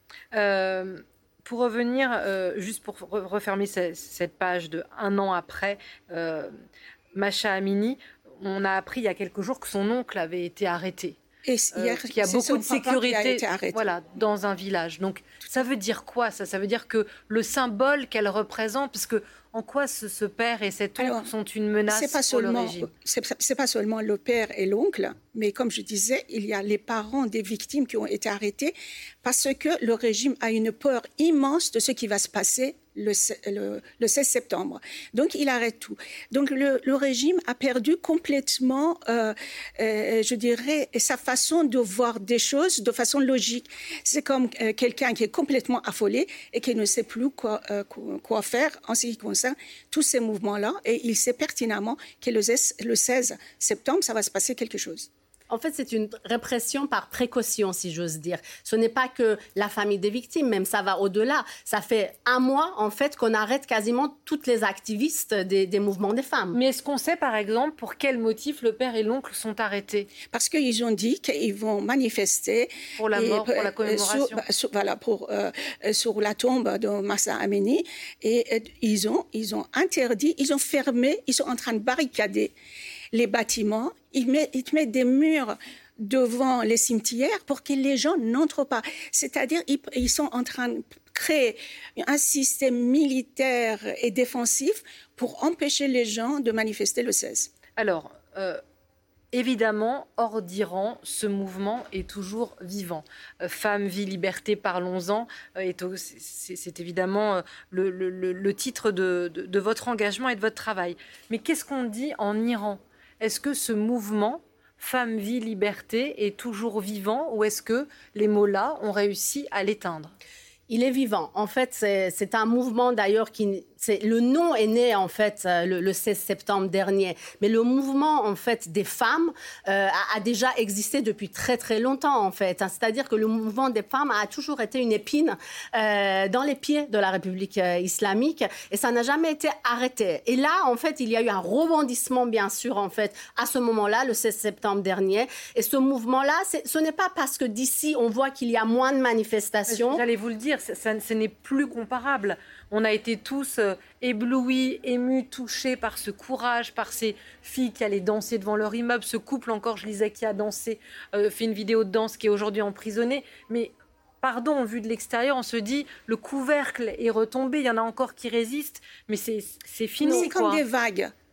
Euh, pour revenir, euh, juste pour re- refermer ce, cette page de un an après euh, Masha Amini, on a appris il y a quelques jours que son oncle avait été arrêté. Et hier, euh, qu'il y a beaucoup de sécurité a voilà, dans un village. Donc ça veut dire quoi ça Ça veut dire que le symbole qu'elle représente, parce que en quoi ce, ce père et cet oncle Alors, sont une menace c'est pas pour seulement, le régime? c'est, c'est pas seulement le père et l'oncle, mais comme je disais, il y a les parents des victimes qui ont été arrêtés parce que le régime a une peur immense de ce qui va se passer le, le, le seize septembre. Donc, il arrête tout. Donc, le, le régime a perdu complètement, euh, euh, je dirais, sa façon de voir des choses de façon logique. C'est comme euh, quelqu'un qui est complètement affolé et qui ne sait plus quoi, euh, quoi faire en ce qui concerne tous ces mouvements-là. Et il sait pertinemment que le seize septembre, ça va se passer quelque chose. En fait, c'est une répression par précaution, si j'ose dire. Ce n'est pas que la famille des victimes, même ça va au-delà. Ça fait un mois, en fait, qu'on arrête quasiment toutes les activistes des, des mouvements des femmes. Mais est-ce qu'on sait, par exemple, pour quel motif le père et l'oncle sont arrêtés? Parce qu'ils ont dit qu'ils vont manifester pour la mort, et, pour la commémoration. Sur, sur, voilà, pour, euh, sur la tombe de Mahsa Amini. Et euh, ils, ont, ils ont interdit, ils ont fermé, ils sont en train de barricader les bâtiments, ils mettent, ils mettent des murs devant les cimetières pour que les gens n'entrent pas. C'est-à-dire ils, ils sont en train de créer un système militaire et défensif pour empêcher les gens de manifester le seize. Alors, euh, évidemment, hors d'Iran, ce mouvement est toujours vivant. Euh, Femmes, vie, liberté, parlons-en, euh, est, c'est, c'est évidemment euh, le, le, le titre de, de, de votre engagement et de votre travail. Mais qu'est-ce qu'on dit en Iran ? Est-ce que ce mouvement, femme, vie, liberté, est toujours vivant ou est-ce que les mollahs ont réussi à l'éteindre ? Il est vivant. En fait, c'est, c'est un mouvement d'ailleurs qui... C'est, le nom est né en fait le, le seize septembre dernier, mais le mouvement en fait des femmes euh, a, a déjà existé depuis très très longtemps en fait. Hein, c'est-à-dire que le mouvement des femmes a toujours été une épine euh, dans les pieds de la République euh, islamique et ça n'a jamais été arrêté. Et là en fait il y a eu un rebondissement bien sûr en fait à ce moment-là, le seize septembre dernier. Et ce mouvement-là, c'est, ce n'est pas parce que d'ici on voit qu'il y a moins de manifestations. J'allais vous le dire, ça, ça, ce n'est plus comparable. On a été tous euh, éblouis, émus, touchés par ce courage, par ces filles qui allaient danser devant leur immeuble. Ce couple encore, je lisais, qui a dansé, euh, fait une vidéo de danse, qui est aujourd'hui emprisonné. Mais pardon, vu de l'extérieur, on se dit, le couvercle est retombé, il y en a encore qui résistent, mais c'est, c'est fini. C'est quoi. comme des vagues.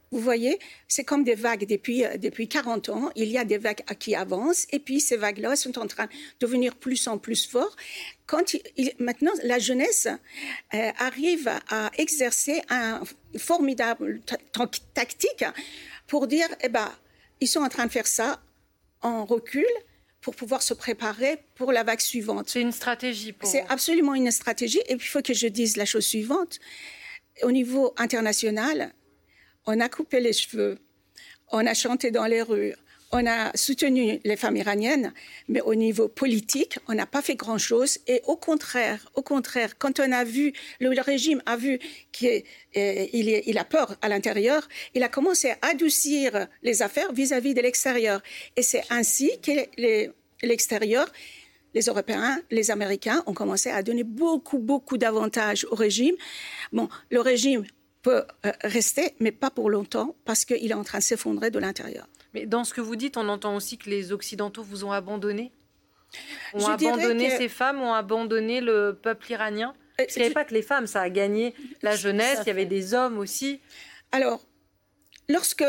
Vous voyez, c'est comme des vagues depuis, depuis quarante ans. Il y a des vagues qui avancent et puis ces vagues-là sont en train de devenir plus en plus fortes. Quand il, il, maintenant, la jeunesse euh, arrive à exercer un formidable t- tactique pour dire, eh ben, ils sont en train de faire ça en recul pour pouvoir se préparer pour la vague suivante. C'est une stratégie pour... C'est absolument une stratégie. Et puis, il faut que je dise la chose suivante. Au niveau international, on a coupé les cheveux, on a chanté dans les rues, on a soutenu les femmes iraniennes, mais au niveau politique, on n'a pas fait grand-chose. Et au contraire, au contraire, quand on a vu, le, le régime a vu qu'il il, il a peur à l'intérieur, il a commencé à adoucir les affaires vis-à-vis de l'extérieur. Et c'est ainsi que les, l'extérieur, les Européens, les Américains ont commencé à donner beaucoup, beaucoup d'avantages au régime. Bon, le régime peut rester, mais pas pour longtemps, parce qu'il est en train de s'effondrer de l'intérieur. Mais dans ce que vous dites, on entend aussi que les Occidentaux vous ont abandonné. Ont Je abandonné que... ces femmes, ont abandonné le peuple iranien. Parce qu'il n'y avait pas que les femmes, ça a gagné la jeunesse, il y avait des hommes aussi. Alors, lorsque,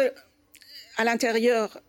à l'intérieur,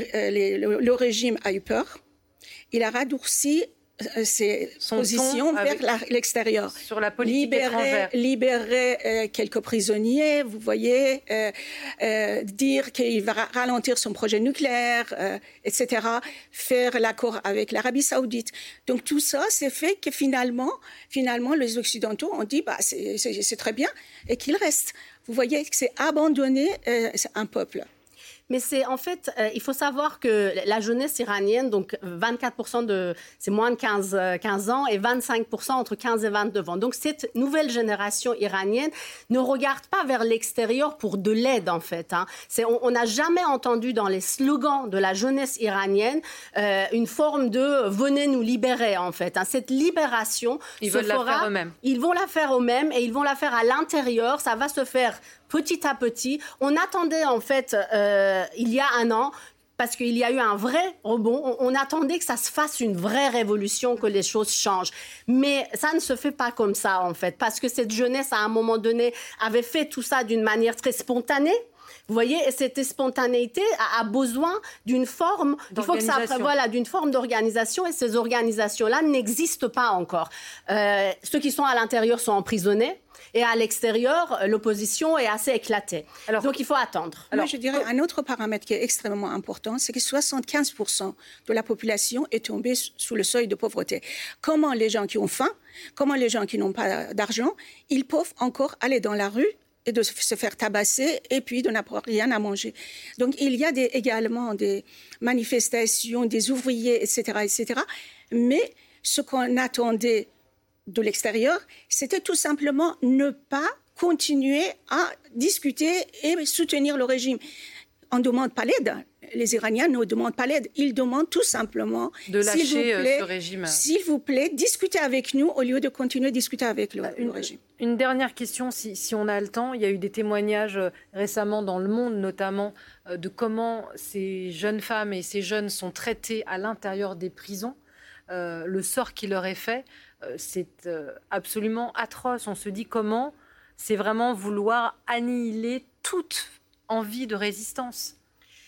le, le régime a eu peur, il a raccourci ses Son positions vers la, l'extérieur. Sur la politique libérer, étrangère. Libérer euh, quelques prisonniers, vous voyez, euh, euh, dire qu'il va ralentir son projet nucléaire, euh, et cetera, faire l'accord avec l'Arabie saoudite. Donc tout ça, c'est fait que finalement, finalement les Occidentaux ont dit bah, c'est, c'est, c'est très bien et qu'il reste. Vous voyez que c'est abandonner euh, un peuple. Mais c'est en fait, euh, il faut savoir que la jeunesse iranienne, donc vingt-quatre pour cent de, c'est moins de quinze, quinze ans et vingt-cinq pour cent entre quinze et vingt-neuf ans. Donc cette nouvelle génération iranienne ne regarde pas vers l'extérieur pour de l'aide en fait. Hein. C'est, on n'a jamais entendu dans les slogans de la jeunesse iranienne euh, une forme de venez nous libérer en fait. Hein. Cette libération ils se veulent fera, la faire eux-mêmes. Ils vont la faire eux-mêmes et ils vont la faire à l'intérieur. Ça va se faire petit à petit. On attendait en fait, euh, il y a un an, parce qu'il y a eu un vrai rebond, on, on attendait que ça se fasse une vraie révolution, que les choses changent. Mais ça ne se fait pas comme ça en fait, parce que cette jeunesse, à un moment donné, avait fait tout ça d'une manière très spontanée. Vous voyez, et cette spontanéité a, a besoin d'une forme, il faut que ça voilà, d'une forme d'organisation, et ces organisations-là n'existent pas encore. Euh, ceux qui sont à l'intérieur sont emprisonnés. Et à l'extérieur, l'opposition est assez éclatée. Alors, donc, il faut attendre. Alors, moi, je dirais un autre paramètre qui est extrêmement important, c'est que soixante-quinze pour cent de la population est tombée sous le seuil de pauvreté. Comment les gens qui ont faim, comment les gens qui n'ont pas d'argent, ils peuvent encore aller dans la rue et de se faire tabasser et puis de n'avoir rien à manger. Donc, il y a des, également des manifestations, des ouvriers, et cetera, et cetera. Mais ce qu'on attendait de l'extérieur, c'était tout simplement ne pas continuer à discuter et soutenir le régime. On ne demande pas l'aide. Les Iraniens ne demandent pas l'aide. Ils demandent tout simplement de lâcher s'il vous plaît, ce régime. S'il vous plaît, discutez avec nous au lieu de continuer à discuter avec le, une, le régime. Une dernière question, si, si on a le temps. Il y a eu des témoignages récemment dans Le Monde, notamment, de comment ces jeunes femmes et ces jeunes sont traités à l'intérieur des prisons. Euh, le sort qui leur est fait, euh, c'est euh, absolument atroce. On se dit comment c'est vraiment vouloir annihiler toute envie de résistance.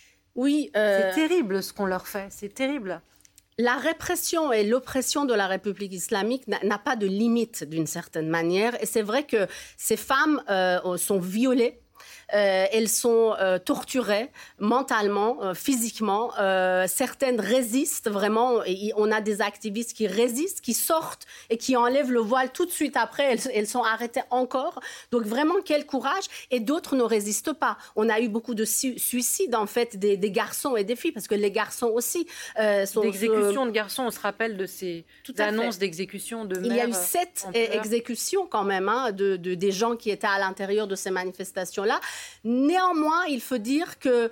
Oui, euh... c'est terrible ce qu'on leur fait, c'est terrible. La répression et l'oppression de la République islamique n'a, n'a pas de limite d'une certaine manière. Et c'est vrai que ces femmes euh, sont violées. Euh, elles sont euh, torturées mentalement, euh, physiquement. Euh, certaines résistent vraiment. Et on a des activistes qui résistent, qui sortent et qui enlèvent le voile tout de suite après. Elles, elles sont arrêtées encore. Donc vraiment, quel courage. Et d'autres ne résistent pas. On a eu beaucoup de su- suicides, en fait, des, des garçons et des filles, parce que les garçons aussi euh, sont... D'exécution de garçons, on se rappelle de ces annonces d'exécution de mères. Il y a eu sept exécutions quand même hein, de, de, des gens qui étaient à l'intérieur de ces manifestations-là. Néanmoins, il faut dire que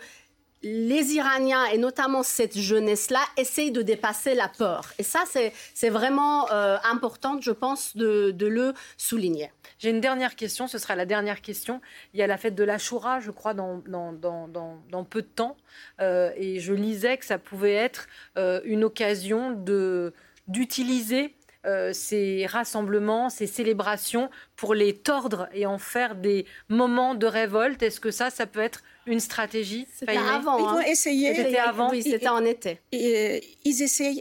les Iraniens, et notamment cette jeunesse-là, essayent de dépasser la peur. Et ça, c'est, c'est vraiment euh, important, je pense, de, de le souligner. J'ai une dernière question, ce sera la dernière question. Il y a la fête de l'Achoura, je crois, dans, dans, dans, dans, dans peu de temps. Euh, et je lisais que ça pouvait être euh, une occasion de, d'utiliser euh, ces rassemblements, ces célébrations pour les tordre et en faire des moments de révolte. Est-ce que ça, ça peut être une stratégie? C'était avant. Ils vont hein. essayer. C'était avant. Oui, c'était en été. Et, et, ils essayent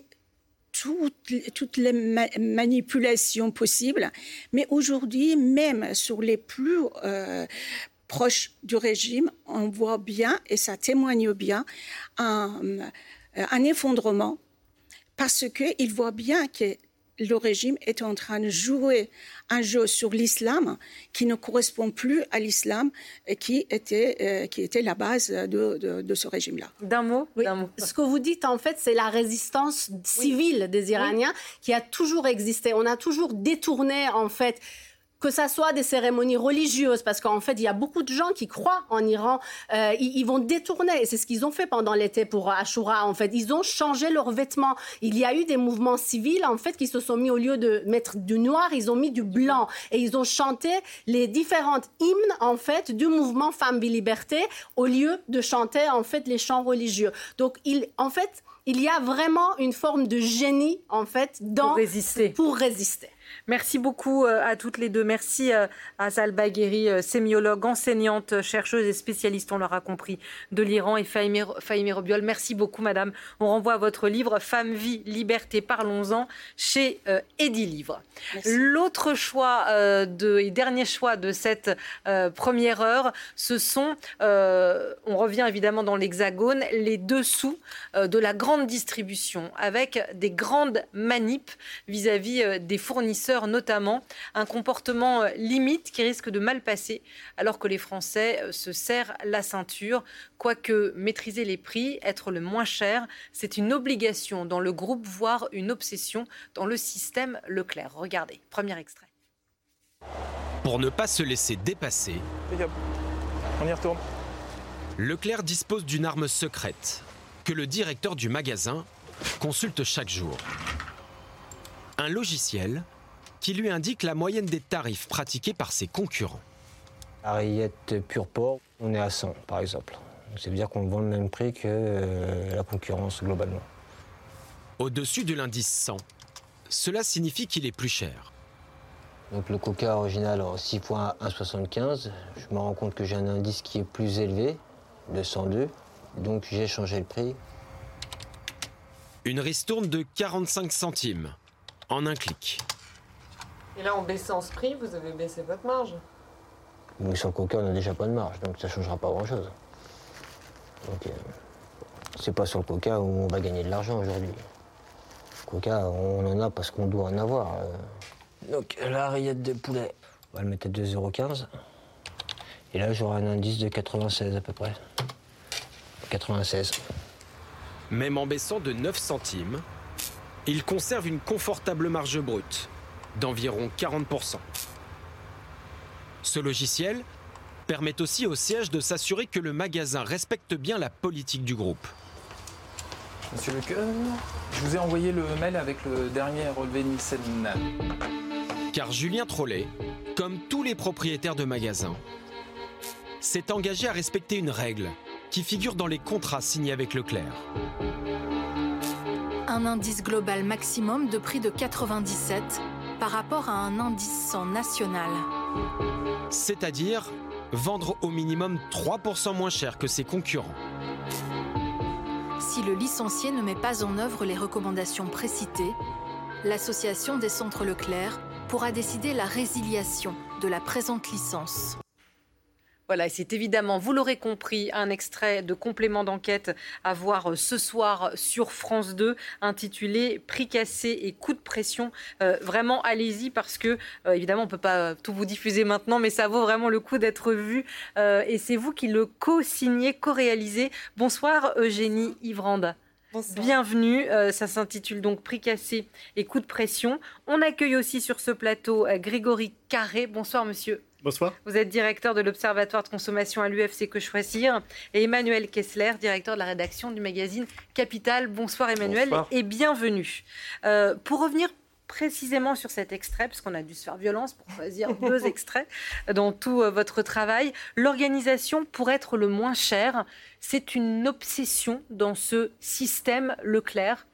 toutes, toutes les ma- manipulations possibles. Mais aujourd'hui, même sur les plus euh, proches du régime, on voit bien, et ça témoigne bien, un, un effondrement parce qu'ils voient bien que le régime est en train de jouer un jeu sur l'islam qui ne correspond plus à l'islam qui était, euh, qui était la base de, de, de ce régime-là. D'un mot, oui. d'un mot. Ce que vous dites, en fait, c'est la résistance civile oui. des Iraniens oui. qui a toujours existé. On a toujours détourné, en fait, que ça soit des cérémonies religieuses, parce qu'en fait, il y a beaucoup de gens qui croient en Iran, euh, ils, ils vont détourner, et c'est ce qu'ils ont fait pendant l'été pour Ashura, en fait. Ils ont changé leurs vêtements. Il y a eu des mouvements civils, en fait, qui se sont mis, au lieu de mettre du noir, ils ont mis du blanc, et ils ont chanté les différentes hymnes, en fait, du mouvement Femmes et Liberté, au lieu de chanter, en fait, les chants religieux. Donc, il, en fait, il y a vraiment une forme de génie, en fait, dans... Pour résister. Pour résister. Merci beaucoup à toutes les deux. Merci à Zalba Guerri, sémiologue, enseignante, chercheuse et spécialiste, on l'aura compris, de l'Iran, et Fahimeh Robiol. Merci beaucoup, madame. On renvoie à votre livre « Femmes, vie, liberté, parlons-en » chez euh, Edilivre. L'autre choix euh, de, et dernier choix de cette euh, première heure, ce sont, euh, on revient évidemment dans l'Hexagone, les dessous euh, de la grande distribution, avec des grandes manips vis-à-vis euh, des fournisseurs, notamment un comportement limite qui risque de mal passer alors que les Français se serrent la ceinture. Quoique maîtriser les prix, être le moins cher, c'est une obligation dans le groupe, voire une obsession dans le système Leclerc. Regardez, premier extrait. Pour ne pas se laisser dépasser, on y retourne. Leclerc dispose d'une arme secrète que le directeur du magasin consulte chaque jour. Un logiciel qui lui indique la moyenne des tarifs pratiqués par ses concurrents. La rillette pure porc, on est à cent par exemple. Ça veut dire qu'on vend le même prix que euh, la concurrence globalement. Au-dessus de l'indice cent, cela signifie qu'il est plus cher. Donc le coca original en six virgule un soixante-quinze, je me rends compte que j'ai un indice qui est plus élevé, de cent deux, donc j'ai changé le prix. Une ristourne de quarante-cinq centimes, en un clic. Et là, en baissant ce prix, vous avez baissé votre marge. Mais sur le coca, on n'a déjà pas de marge, donc ça ne changera pas grand-chose. Donc, euh, c'est pas sur le coca où on va gagner de l'argent aujourd'hui. Le coca, on en a parce qu'on doit en avoir. Donc, la rillette de poulet, on va le mettre à deux euros quinze. Et là, j'aurai un indice de quatre-vingt-seize à peu près. quatre-vingt-seize. Même en baissant de neuf centimes, il conserve une confortable marge brute d'environ quarante pour cent. Ce logiciel permet aussi au siège de s'assurer que le magasin respecte bien la politique du groupe. Monsieur Lecoeur, je vous ai envoyé le mail avec le dernier relevé Nielsen. Car Julien Trollet, comme tous les propriétaires de magasins, s'est engagé à respecter une règle qui figure dans les contrats signés avec Leclerc. Un indice global maximum de prix de quatre-vingt-dix-sept par rapport à un indice cent national. C'est-à-dire vendre au minimum trois pour cent moins cher que ses concurrents. Si le licencié ne met pas en œuvre les recommandations précitées, l'association des centres Leclerc pourra décider la résiliation de la présente licence. Voilà, c'est évidemment, vous l'aurez compris, un extrait de complément d'enquête à voir ce soir sur France deux, intitulé « Prix cassé et coup de pression ». Euh, vraiment, allez-y, parce que, euh, évidemment, on ne peut pas tout vous diffuser maintenant, mais ça vaut vraiment le coup d'être vu. Euh, et c'est vous qui le co-signez, co-réalisez. Bonsoir, Eugénie Ivrande. Bonsoir. Bienvenue, euh, ça s'intitule donc « Prix cassé et coup de pression ». On accueille aussi sur ce plateau euh, Grégory Carré. Bonsoir, monsieur. Bonsoir. Vous êtes directeur de l'Observatoire de consommation à l'U F C Que Choisir, et Emmanuel Kessler, directeur de la rédaction du magazine Capital. Bonsoir Emmanuel. Bonsoir. Et bienvenue. Euh, pour revenir précisément sur cet extrait, parce qu'on a dû se faire violence pour choisir deux extraits dans tout euh, votre travail, l'organisation pour être le moins cher, c'est une obsession dans ce système Leclerc.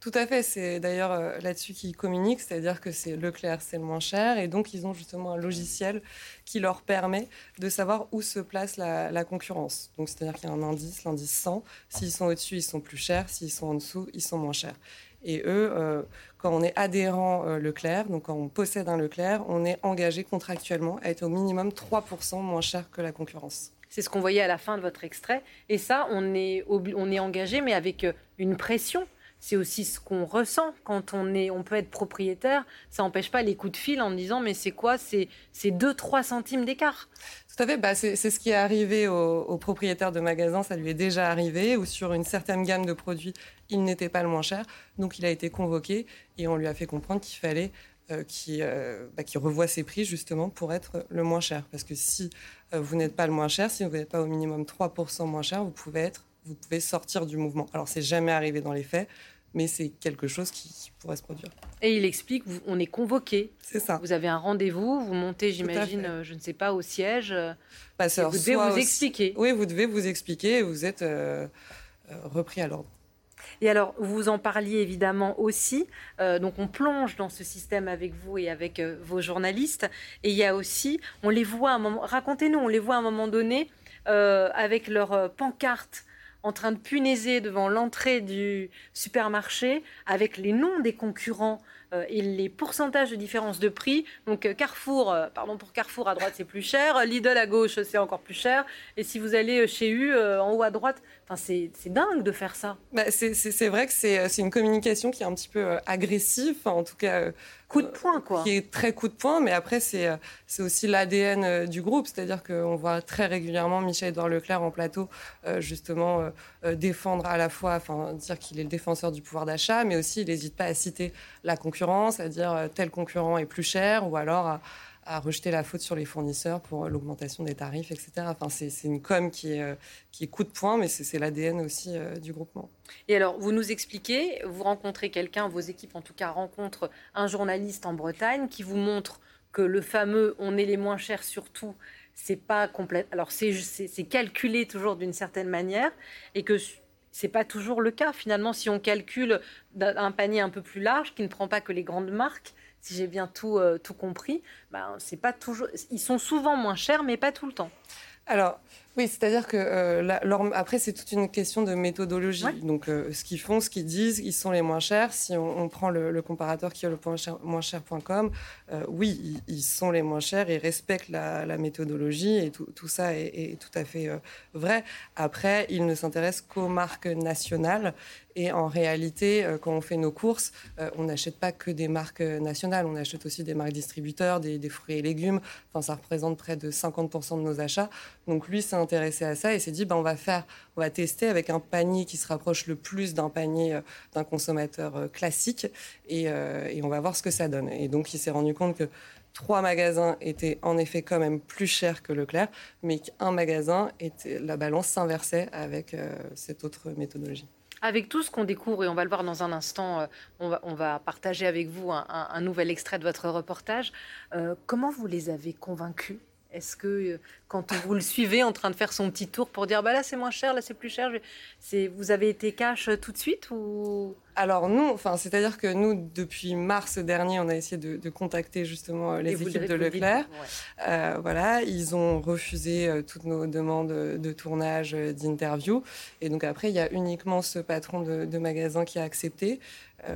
Tout à fait, c'est d'ailleurs euh, là-dessus qu'ils communiquent, c'est-à-dire que c'est Leclerc, c'est le moins cher, et donc ils ont justement un logiciel qui leur permet de savoir où se place la, la concurrence. Donc c'est-à-dire qu'il y a un indice, l'indice cent, s'ils sont au-dessus, ils sont plus chers, s'ils sont en dessous, ils sont moins chers. Et eux, euh, quand on est adhérent euh, Leclerc, donc quand on possède un Leclerc, on est engagé contractuellement à être au minimum trois pour cent moins cher que la concurrence. C'est ce qu'on voyait à la fin de votre extrait. Et ça, on est, obli- on est engagé, mais avec une pression. C'est aussi ce qu'on ressent quand on, est, on peut être propriétaire. Ça n'empêche pas les coups de fil en me disant « mais c'est quoi ? C'est, c'est deux trois centimes d'écart ». Tout à fait, bah, c'est, c'est ce qui est arrivé aux, aux propriétaires de magasins, ça lui est déjà arrivé, où sur une certaine gamme de produits, il n'était pas le moins cher. Donc il a été convoqué et on lui a fait comprendre qu'il fallait euh, qu'il, euh, bah, qu'il revoie ses prix justement pour être le moins cher. Parce que si euh, vous n'êtes pas le moins cher, si vous n'êtes pas au minimum trois pour cent moins cher, vous pouvez, être, vous pouvez sortir du mouvement. Alors c'est jamais arrivé dans les faits, mais c'est quelque chose qui pourrait se produire. Et il explique, vous, on est convoqué. C'est ça. Vous avez un rendez-vous, vous montez, j'imagine, euh, je ne sais pas, au siège. Euh, bah, et vous devez vous aussi... expliquer. Oui, vous devez vous expliquer et vous êtes euh, euh, repris à l'ordre. Et alors, vous en parliez évidemment aussi. Euh, donc, on plonge dans ce système avec vous et avec euh, vos journalistes. Et il y a aussi, on les voit à un moment, racontez-nous, on les voit à un moment donné euh, avec leur euh, pancarte en train de punaiser devant l'entrée du supermarché avec les noms des concurrents euh, et les pourcentages de différence de prix. Donc euh, Carrefour, euh, pardon pour Carrefour à droite c'est plus cher, Lidl à gauche c'est encore plus cher, et si vous allez chez U euh, en haut à droite, enfin c'est, c'est dingue de faire ça. Bah, c'est, c'est, c'est vrai que c'est, c'est une communication qui est un petit peu euh, agressive, enfin, en tout cas euh, coup de poing quoi. Qui est très coup de poing, mais après c'est, euh, c'est aussi l'A D N euh, du groupe, c'est-à-dire qu'on voit très régulièrement Michel-Édouard Leclerc en plateau euh, justement euh, euh, défendre à la fois, enfin dire qu'il est le défenseur du pouvoir d'achat, mais aussi il n'hésite pas à citer la concurrence, à dire euh, tel concurrent est plus cher, ou alors à, à rejeter la faute sur les fournisseurs pour l'augmentation des tarifs, et cetera. Enfin, c'est, c'est une com qui est, euh, qui est coup de poing, mais c'est, c'est l'A D N aussi euh, du groupement. Et alors, vous nous expliquez, vous rencontrez quelqu'un, vos équipes en tout cas rencontrent un journaliste en Bretagne qui vous montre que le fameux « on est les moins chers surtout », c'est pas complet. Alors, c'est, c'est, c'est calculé toujours d'une certaine manière et que c'est pas toujours le cas. Finalement, si on calcule un panier un peu plus large qui ne prend pas que les grandes marques, si j'ai bien tout, euh, tout compris, ben, c'est pas toujours... ils sont souvent moins chers, mais pas tout le temps. Alors, oui, c'est-à-dire que euh, la, leur, après, c'est toute une question de méthodologie. Ouais. Donc, euh, ce qu'ils font, ce qu'ils disent, ils sont les moins chers. Si on, on prend le, le comparateur qui est le moins cher point com, euh, oui, ils, ils sont les moins chers, ils respectent la, la méthodologie et tout, tout ça est, est tout à fait euh, vrai. Après, ils ne s'intéressent qu'aux marques nationales. Et en réalité, euh, quand on fait nos courses, euh, on n'achète pas que des marques nationales, on achète aussi des marques distributeurs, des, des fruits et légumes. Enfin, ça représente près de cinquante pour cent de nos achats. Donc lui s'est intéressé à ça et s'est dit, ben, on va faire, on va tester avec un panier qui se rapproche le plus d'un panier euh, d'un consommateur euh, classique et, euh, et on va voir ce que ça donne. Et donc il s'est rendu compte que trois magasins étaient en effet quand même plus chers que Leclerc, mais qu'un magasin, était, la balance s'inversait avec euh, cette autre méthodologie. Avec tout ce qu'on découvre, et on va le voir dans un instant, on va, on va partager avec vous un, un, un nouvel extrait de votre reportage. Euh, comment vous les avez convaincus ? Est-ce que quand vous le suivez en train de faire son petit tour pour dire bah là c'est moins cher, là c'est plus cher, c'est, vous avez été cash tout de suite ou... Alors nous, enfin, c'est-à-dire que nous, depuis mars dernier, on a essayé de, de contacter justement les équipes de Leclerc. Ouais. Euh, voilà, ils ont refusé euh, toutes nos demandes de tournage, euh, d'interview. Et donc après, il y a uniquement ce patron de, de magasin qui a accepté. Euh,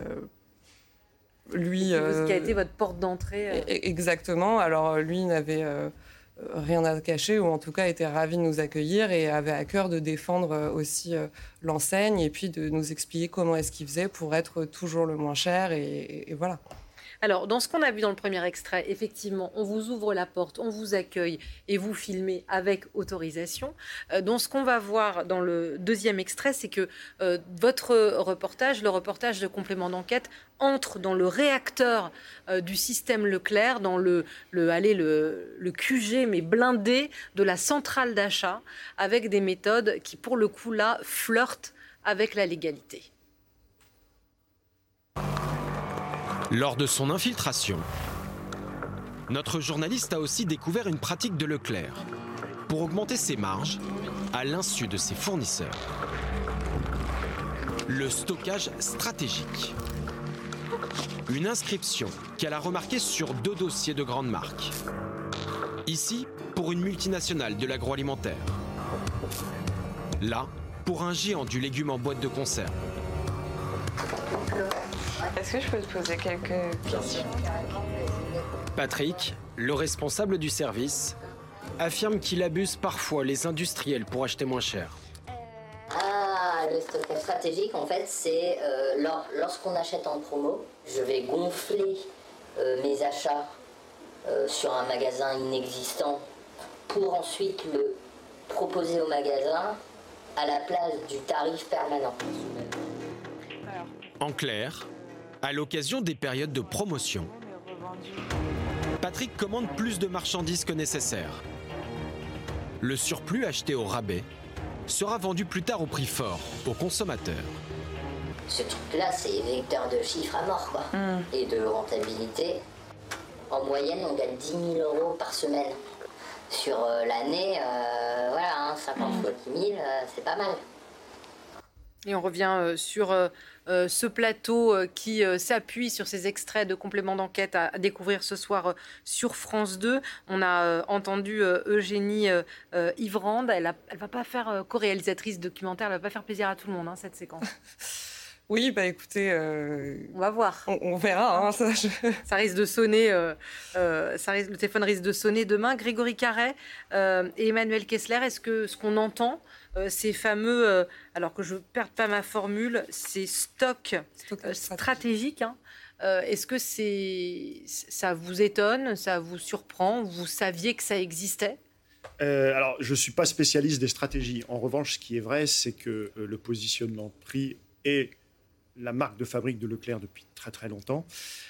lui, euh, qui a été votre porte d'entrée. Euh... Exactement. Alors lui n'avait euh, rien à cacher, ou en tout cas était ravi de nous accueillir et avait à cœur de défendre aussi euh, l'enseigne et puis de nous expliquer comment est-ce qu'il faisait pour être toujours le moins cher et, et, et voilà. Alors, dans ce qu'on a vu dans le premier extrait, effectivement, on vous ouvre la porte, on vous accueille et vous filmez avec autorisation. Euh, dans ce qu'on va voir dans le deuxième extrait, c'est que euh, votre reportage, le reportage de complément d'enquête, entre dans le réacteur euh, du système Leclerc, dans le, le, allez, le, le Q G, mais blindé de la centrale d'achat, avec des méthodes qui, pour le coup, là, flirtent avec la légalité. Lors de son infiltration, notre journaliste a aussi découvert une pratique de Leclerc pour augmenter ses marges à l'insu de ses fournisseurs. le stockage stratégique. Une inscription qu'elle a remarquée sur deux dossiers de grandes marques. Ici, pour une multinationale de l'agroalimentaire. Là, pour un géant du légume en boîte de conserve. Est-ce que je peux te poser quelques questions ? Patrick, le responsable du service, affirme qu'il abuse parfois les industriels pour acheter moins cher. Ah, le stockage stratégique, en fait, c'est euh, lors, lorsqu'on achète en promo, je vais gonfler euh, mes achats euh, sur un magasin inexistant pour ensuite le proposer au magasin à la place du tarif permanent. En clair, à l'occasion des périodes de promotion, Patrick commande plus de marchandises que nécessaire. Le surplus acheté au rabais sera vendu plus tard au prix fort aux consommateurs. Ce truc-là, c'est vecteur de chiffre à mort, quoi. Mm. Et de rentabilité. En moyenne, on gagne dix mille euros par semaine. Sur euh, l'année, euh, voilà, hein, cinquante fois dix mille, euh, c'est pas mal. Et on revient euh, sur euh, euh, ce plateau euh, qui euh, s'appuie sur ces extraits de compléments d'enquête à, à découvrir ce soir euh, sur France deux. On a euh, entendu euh, Eugénie euh, euh, Ivrande. Elle ne va pas faire euh, co-réalisatrice documentaire, elle ne va pas faire plaisir à tout le monde, hein, cette séquence. Oui, bah écoutez... Euh, on va voir. On, on verra. Hein, ça, je... ça risque de sonner, euh, euh, ça risque, le téléphone risque de sonner demain. Grégory Carret euh, et Emmanuel Kessler, est-ce que ce qu'on entend, euh, ces fameux, euh, alors que je ne perde pas ma formule, ces stocks euh, stratégiques, hein, euh, est-ce que c'est, ça vous étonne, ça vous surprend, vous saviez que ça existait ? Euh, alors, je ne suis pas spécialiste des stratégies. En revanche, ce qui est vrai, c'est que euh, le positionnement de prix est la marque de fabrique de Leclerc depuis très très longtemps.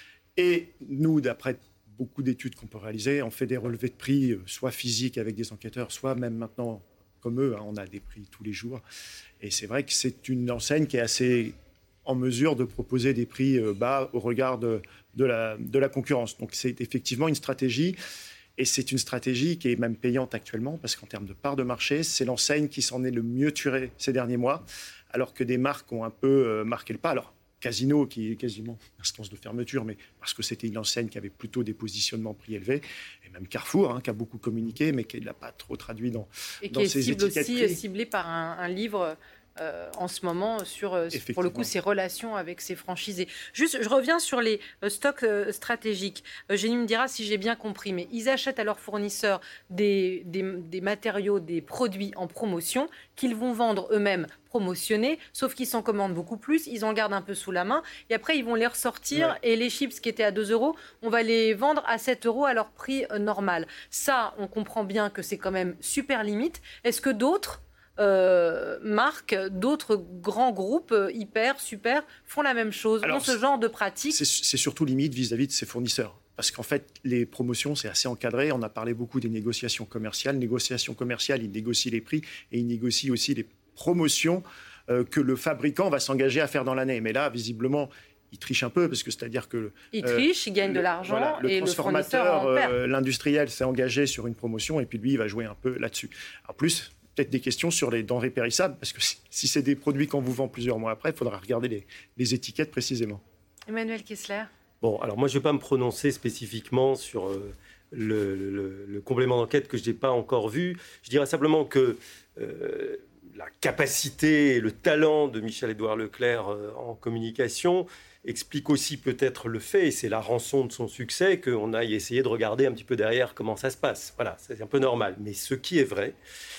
Et nous, d'après beaucoup d'études qu'on peut réaliser, on fait des relevés de prix, soit physiques avec des enquêteurs, soit même maintenant, comme eux, hein, on a des prix tous les jours. Et c'est vrai que c'est une enseigne qui est assez en mesure de proposer des prix bas au regard de, de, la, de la concurrence. Donc c'est effectivement une stratégie. Et c'est une stratégie qui est même payante actuellement, parce qu'en termes de part de marché, c'est l'enseigne qui s'en est le mieux tirée ces derniers mois, alors que des marques ont un peu euh, marqué le pas. Alors, Casino, qui est quasiment instance de fermeture, mais parce que c'était une enseigne qui avait plutôt des positionnements prix élevés, et même Carrefour, hein, qui a beaucoup communiqué, mais qui ne l'a pas trop traduit dans, et dans ses étiquettes. Et qui est aussi ciblé par un, un livre... Euh, en ce moment sur, euh, pour le coup, ses relations avec ses franchisés. Juste, je reviens sur les euh, stocks euh, stratégiques. Eugénie me dira si j'ai bien compris, mais ils achètent à leurs fournisseurs des, des, des matériaux, des produits en promotion qu'ils vont vendre eux-mêmes promotionnés, sauf qu'ils s'en commandent beaucoup plus, ils en gardent un peu sous la main, et après ils vont les ressortir, ouais. Et les chips qui étaient à deux euros, on va les vendre à sept euros à leur prix euh, normal. Ça, on comprend bien que c'est quand même super limite. Est-ce que d'autres Euh, marques, d'autres grands groupes euh, hyper, super, font la même chose, Alors, ont ce genre de pratique? C'est, c'est surtout limite vis-à-vis de ses fournisseurs. Parce qu'en fait, les promotions, c'est assez encadré. On a parlé beaucoup des négociations commerciales. Négociations commerciales, ils négocient les prix et ils négocient aussi les promotions euh, que le fabricant va s'engager à faire dans l'année. Mais là, visiblement, il triche un peu, parce que c'est-à-dire que... Il euh, triche, il gagne le, de l'argent, voilà, le et transformateur, le fournisseur en perd. Euh, l'industriel s'est engagé sur une promotion, et puis lui, il va jouer un peu là-dessus. En plus... peut-être des questions sur les denrées périssables, parce que si c'est des produits qu'on vous vend plusieurs mois après, il faudra regarder les, les étiquettes précisément. Emmanuel Kessler. Bon, alors moi, je ne vais pas me prononcer spécifiquement sur euh, le, le, le complément d'enquête que je n'ai pas encore vu. Je dirais simplement que euh, la capacité et le talent de Michel-Édouard Leclerc euh, en communication explique aussi peut-être le fait, et c'est la rançon de son succès, qu'on aille essayer de regarder un petit peu derrière comment ça se passe. Voilà, c'est un peu normal. Mais ce qui est vrai,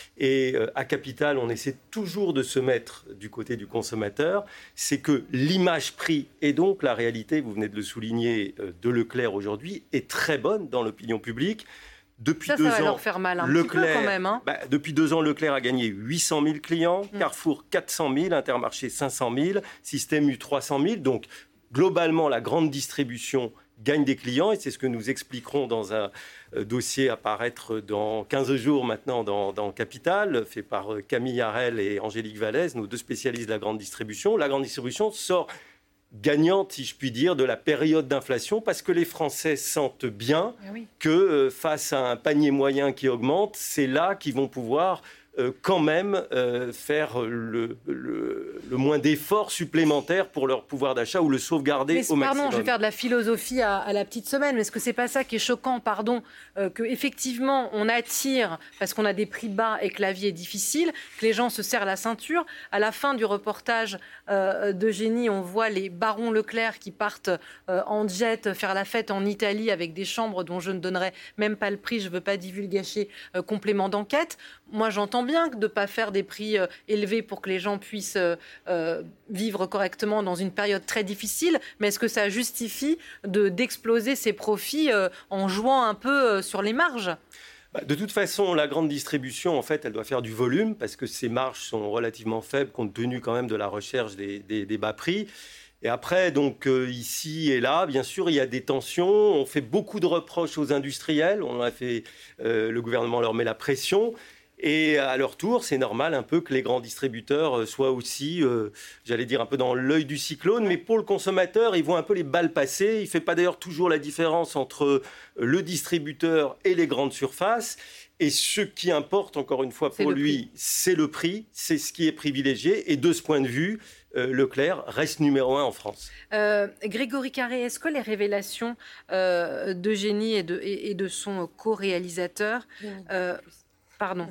et euh, à Capital, on essaie toujours de se mettre du côté du consommateur, c'est que l'image prix, et donc la réalité, vous venez de le souligner, euh, de Leclerc aujourd'hui, est très bonne dans l'opinion publique. Depuis ça, deux ça va ans, leur faire mal un Leclerc, petit peu quand même. Hein. Bah, depuis deux ans, Leclerc a gagné huit cent mille clients, mmh. Carrefour quatre cent mille, Intermarché cinq cent mille, Système U trois cent mille. Donc, globalement, la grande distribution gagne des clients, et c'est ce que nous expliquerons dans un euh, dossier à paraître dans quinze jours maintenant dans, dans Capital, fait par euh, Camille Harel et Angélique Vallès, nos deux spécialistes de la grande distribution. La grande distribution sort gagnante, si je puis dire, de la période d'inflation, parce que les Français sentent bien oui. que euh, face à un panier moyen qui augmente, c'est là qu'ils vont pouvoir euh, quand même euh, faire le, le, le moins d'efforts supplémentaires pour leur pouvoir d'achat ou le sauvegarder mais, au maximum. Pardon, je vais faire de la philosophie à, à la petite semaine, mais est-ce que c'est pas ça qui est choquant, pardon, euh, qu'effectivement on attire parce qu'on a des prix bas et que la vie est difficile, que les gens se serrent la ceinture. À la fin du reportage euh, d'Eugénie, on voit les barons Leclerc qui partent euh, en jet faire la fête en Italie avec des chambres dont je ne donnerai même pas le prix, je ne veux pas divulgacher euh, complément d'enquête. Moi, j'entends bien de ne pas faire des prix euh, élevés pour que les gens puissent euh, euh, vivre correctement dans une période très difficile, mais est-ce que ça justifie de, d'exploser ses profits euh, en jouant un peu euh, sur les marges ? De toute façon, la grande distribution, en fait, elle doit faire du volume parce que ses marges sont relativement faibles compte tenu quand même de la recherche des, des, des bas prix. Et après, donc, euh, ici et là, bien sûr, il y a des tensions. On fait beaucoup de reproches aux industriels. On a fait, euh, le gouvernement leur met la pression. Et à leur tour, c'est normal un peu que les grands distributeurs soient aussi, euh, j'allais dire, un peu dans l'œil du cyclone. Mais pour le consommateur, ils voient un peu les balles passer. Il ne fait pas d'ailleurs toujours la différence entre le distributeur et les grandes surfaces. Et ce qui importe, encore une fois, pour lui, prix. c'est le prix. C'est ce qui est privilégié. Et de ce point de vue, euh, Leclerc reste numéro un en France. Euh, Grégory Carré, est-ce que les révélations euh, d'Eugénie et de, et, et de son co-réalisateur... Euh, Pardon.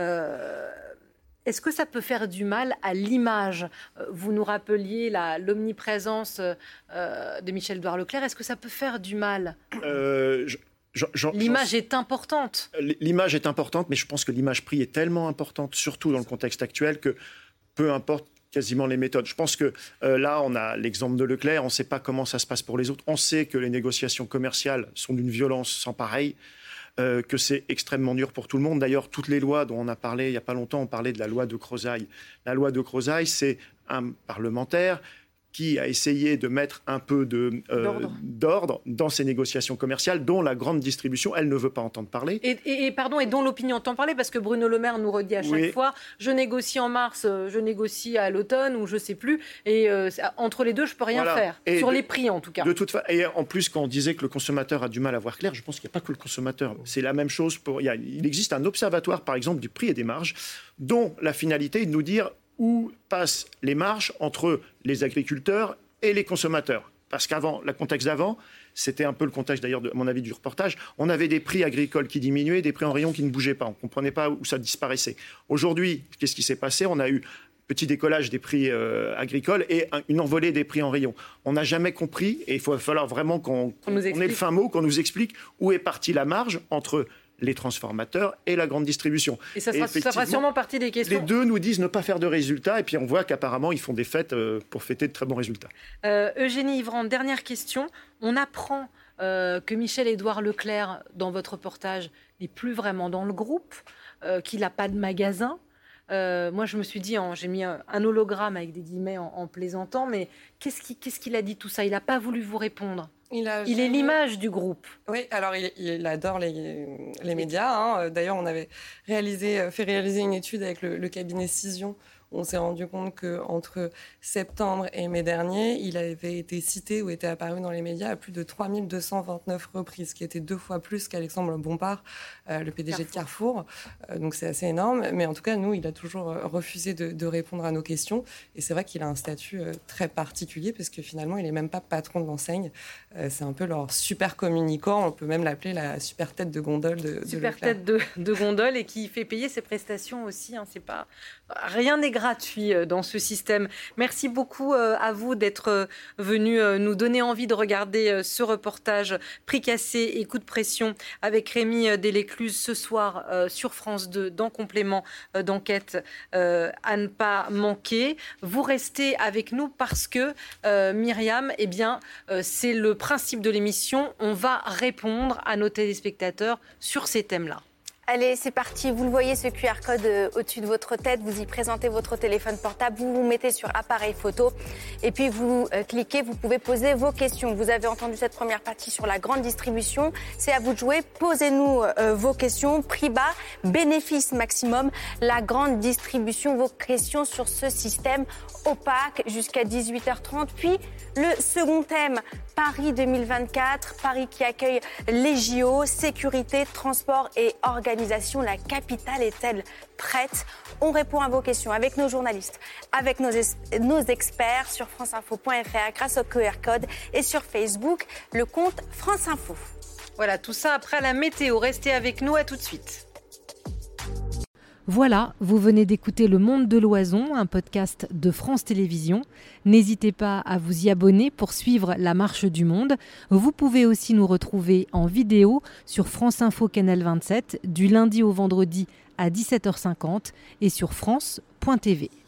Euh, est-ce que ça peut faire du mal à l'image ? Vous nous rappeliez la, l'omniprésence euh, de Michel-Édouard Leclerc. Est-ce que ça peut faire du mal ? euh, je, je, je, L'image est importante. L'image est importante, mais je pense que l'image prix est tellement importante, surtout dans le contexte actuel, que peu importe quasiment les méthodes. Je pense que euh, là, on a l'exemple de Leclerc. On ne sait pas comment ça se passe pour les autres. On sait que les négociations commerciales sont d'une violence sans pareille. Euh, que c'est extrêmement dur pour tout le monde. D'ailleurs, toutes les lois dont on a parlé il n'y a pas longtemps, on parlait de la loi de Crozaille. La loi de Crozaille, c'est un parlementaire qui a essayé de mettre un peu de, euh, d'ordre. d'ordre dans ces négociations commerciales, dont la grande distribution, elle ne veut pas entendre parler. Et, et, et pardon, et dont l'opinion entend parler, parce que Bruno Le Maire nous redit à chaque oui. fois, je négocie en mars, je négocie à l'automne, ou je ne sais plus, et euh, entre les deux, je ne peux rien voilà. faire, et sur de, les prix en tout cas. De toute fa- et en plus, quand on disait que le consommateur a du mal à voir clair, je pense qu'il n'y a pas que le consommateur. C'est la même chose. Pour, il, y a, il existe un observatoire, par exemple, du prix et des marges, dont la finalité est de nous dire où passent les marges entre les agriculteurs et les consommateurs. Parce qu'avant, le contexte d'avant, c'était un peu le contexte d'ailleurs, de, à mon avis, du reportage, on avait des prix agricoles qui diminuaient, des prix en rayon qui ne bougeaient pas. On ne comprenait pas où ça disparaissait. Aujourd'hui, qu'est-ce qui s'est passé ? On a eu petit décollage des prix euh, agricoles et un, une envolée des prix en rayon. On n'a jamais compris, et il va falloir vraiment qu'on, qu'on, qu'on ait le fin mot, qu'on nous explique où est partie la marge entre les transformateurs et la grande distribution. Et ça, sera, et ça fera sûrement partie des questions. Les deux nous disent ne pas faire de résultats, et puis on voit qu'apparemment, ils font des fêtes euh, pour fêter de très bons résultats. Euh, Eugénie Ivrand, dernière question. On apprend euh, que Michel-Édouard Leclerc, dans votre reportage, n'est plus vraiment dans le groupe, euh, qu'il n'a pas de magasin. Euh, moi, je me suis dit, en, j'ai mis un, un hologramme avec des guillemets en, en plaisantant, mais qu'est-ce, qui, qu'est-ce qu'il a dit tout ça ? Il n'a pas voulu vous répondre. Il, a il jamais... est l'image du groupe. Oui, alors il, il adore les, les médias. Hein. D'ailleurs, on avait réalisé, fait réaliser une étude avec le, le cabinet Cision. On s'est rendu compte qu'entre septembre et mai dernier, il avait été cité ou était apparu dans les médias à plus de trois mille deux cent vingt-neuf reprises, ce qui était deux fois plus qu'Alexandre Bompard, euh, le P D G Carrefour. de Carrefour. Euh, donc c'est assez énorme. Mais en tout cas, nous, il a toujours refusé de, de répondre à nos questions. Et c'est vrai qu'il a un statut euh, très particulier parce que finalement, il n'est même pas patron de l'enseigne. Euh, c'est un peu leur super communicant. On peut même l'appeler la super tête de gondole de, de Super Leclerc. tête de, de gondole et qui fait payer ses prestations aussi. Hein, c'est pas... Rien n'est gratuit dans ce système. Merci beaucoup à vous d'être venu nous donner envie de regarder ce reportage Prix cassé et coup de pression avec Rémi Delécluze ce soir sur France deux dans Complément d'enquête à ne pas manquer. Vous restez avec nous parce que Myriam, eh bien, c'est le principe de l'émission. On va répondre à nos téléspectateurs sur ces thèmes-là. Allez, c'est parti. Vous le voyez, ce Q R code euh, au-dessus de votre tête. Vous y présentez votre téléphone portable. Vous vous mettez sur appareil photo. Et puis, vous euh, cliquez. Vous pouvez poser vos questions. Vous avez entendu cette première partie sur la grande distribution. C'est à vous de jouer. Posez-nous euh, vos questions. Prix bas, bénéfice maximum. La grande distribution, vos questions sur ce système opaque jusqu'à dix-huit heures trente. Puis, le second thème, Paris deux mille vingt-quatre, Paris qui accueille les J O, sécurité, transport et organisation. La capitale est-elle prête? On répond à vos questions avec nos journalistes, avec nos, es- nos experts sur franceinfo point f r grâce au Q R code et sur Facebook, le compte France Info. Voilà, tout ça après la météo. Restez avec nous, à tout de suite. Voilà, vous venez d'écouter Le Monde de l'Oison, un podcast de France Télévisions. N'hésitez pas à vous y abonner pour suivre la marche du monde. Vous pouvez aussi nous retrouver en vidéo sur France Info Canal vingt-sept du lundi au vendredi à dix-sept heures cinquante et sur France point T V.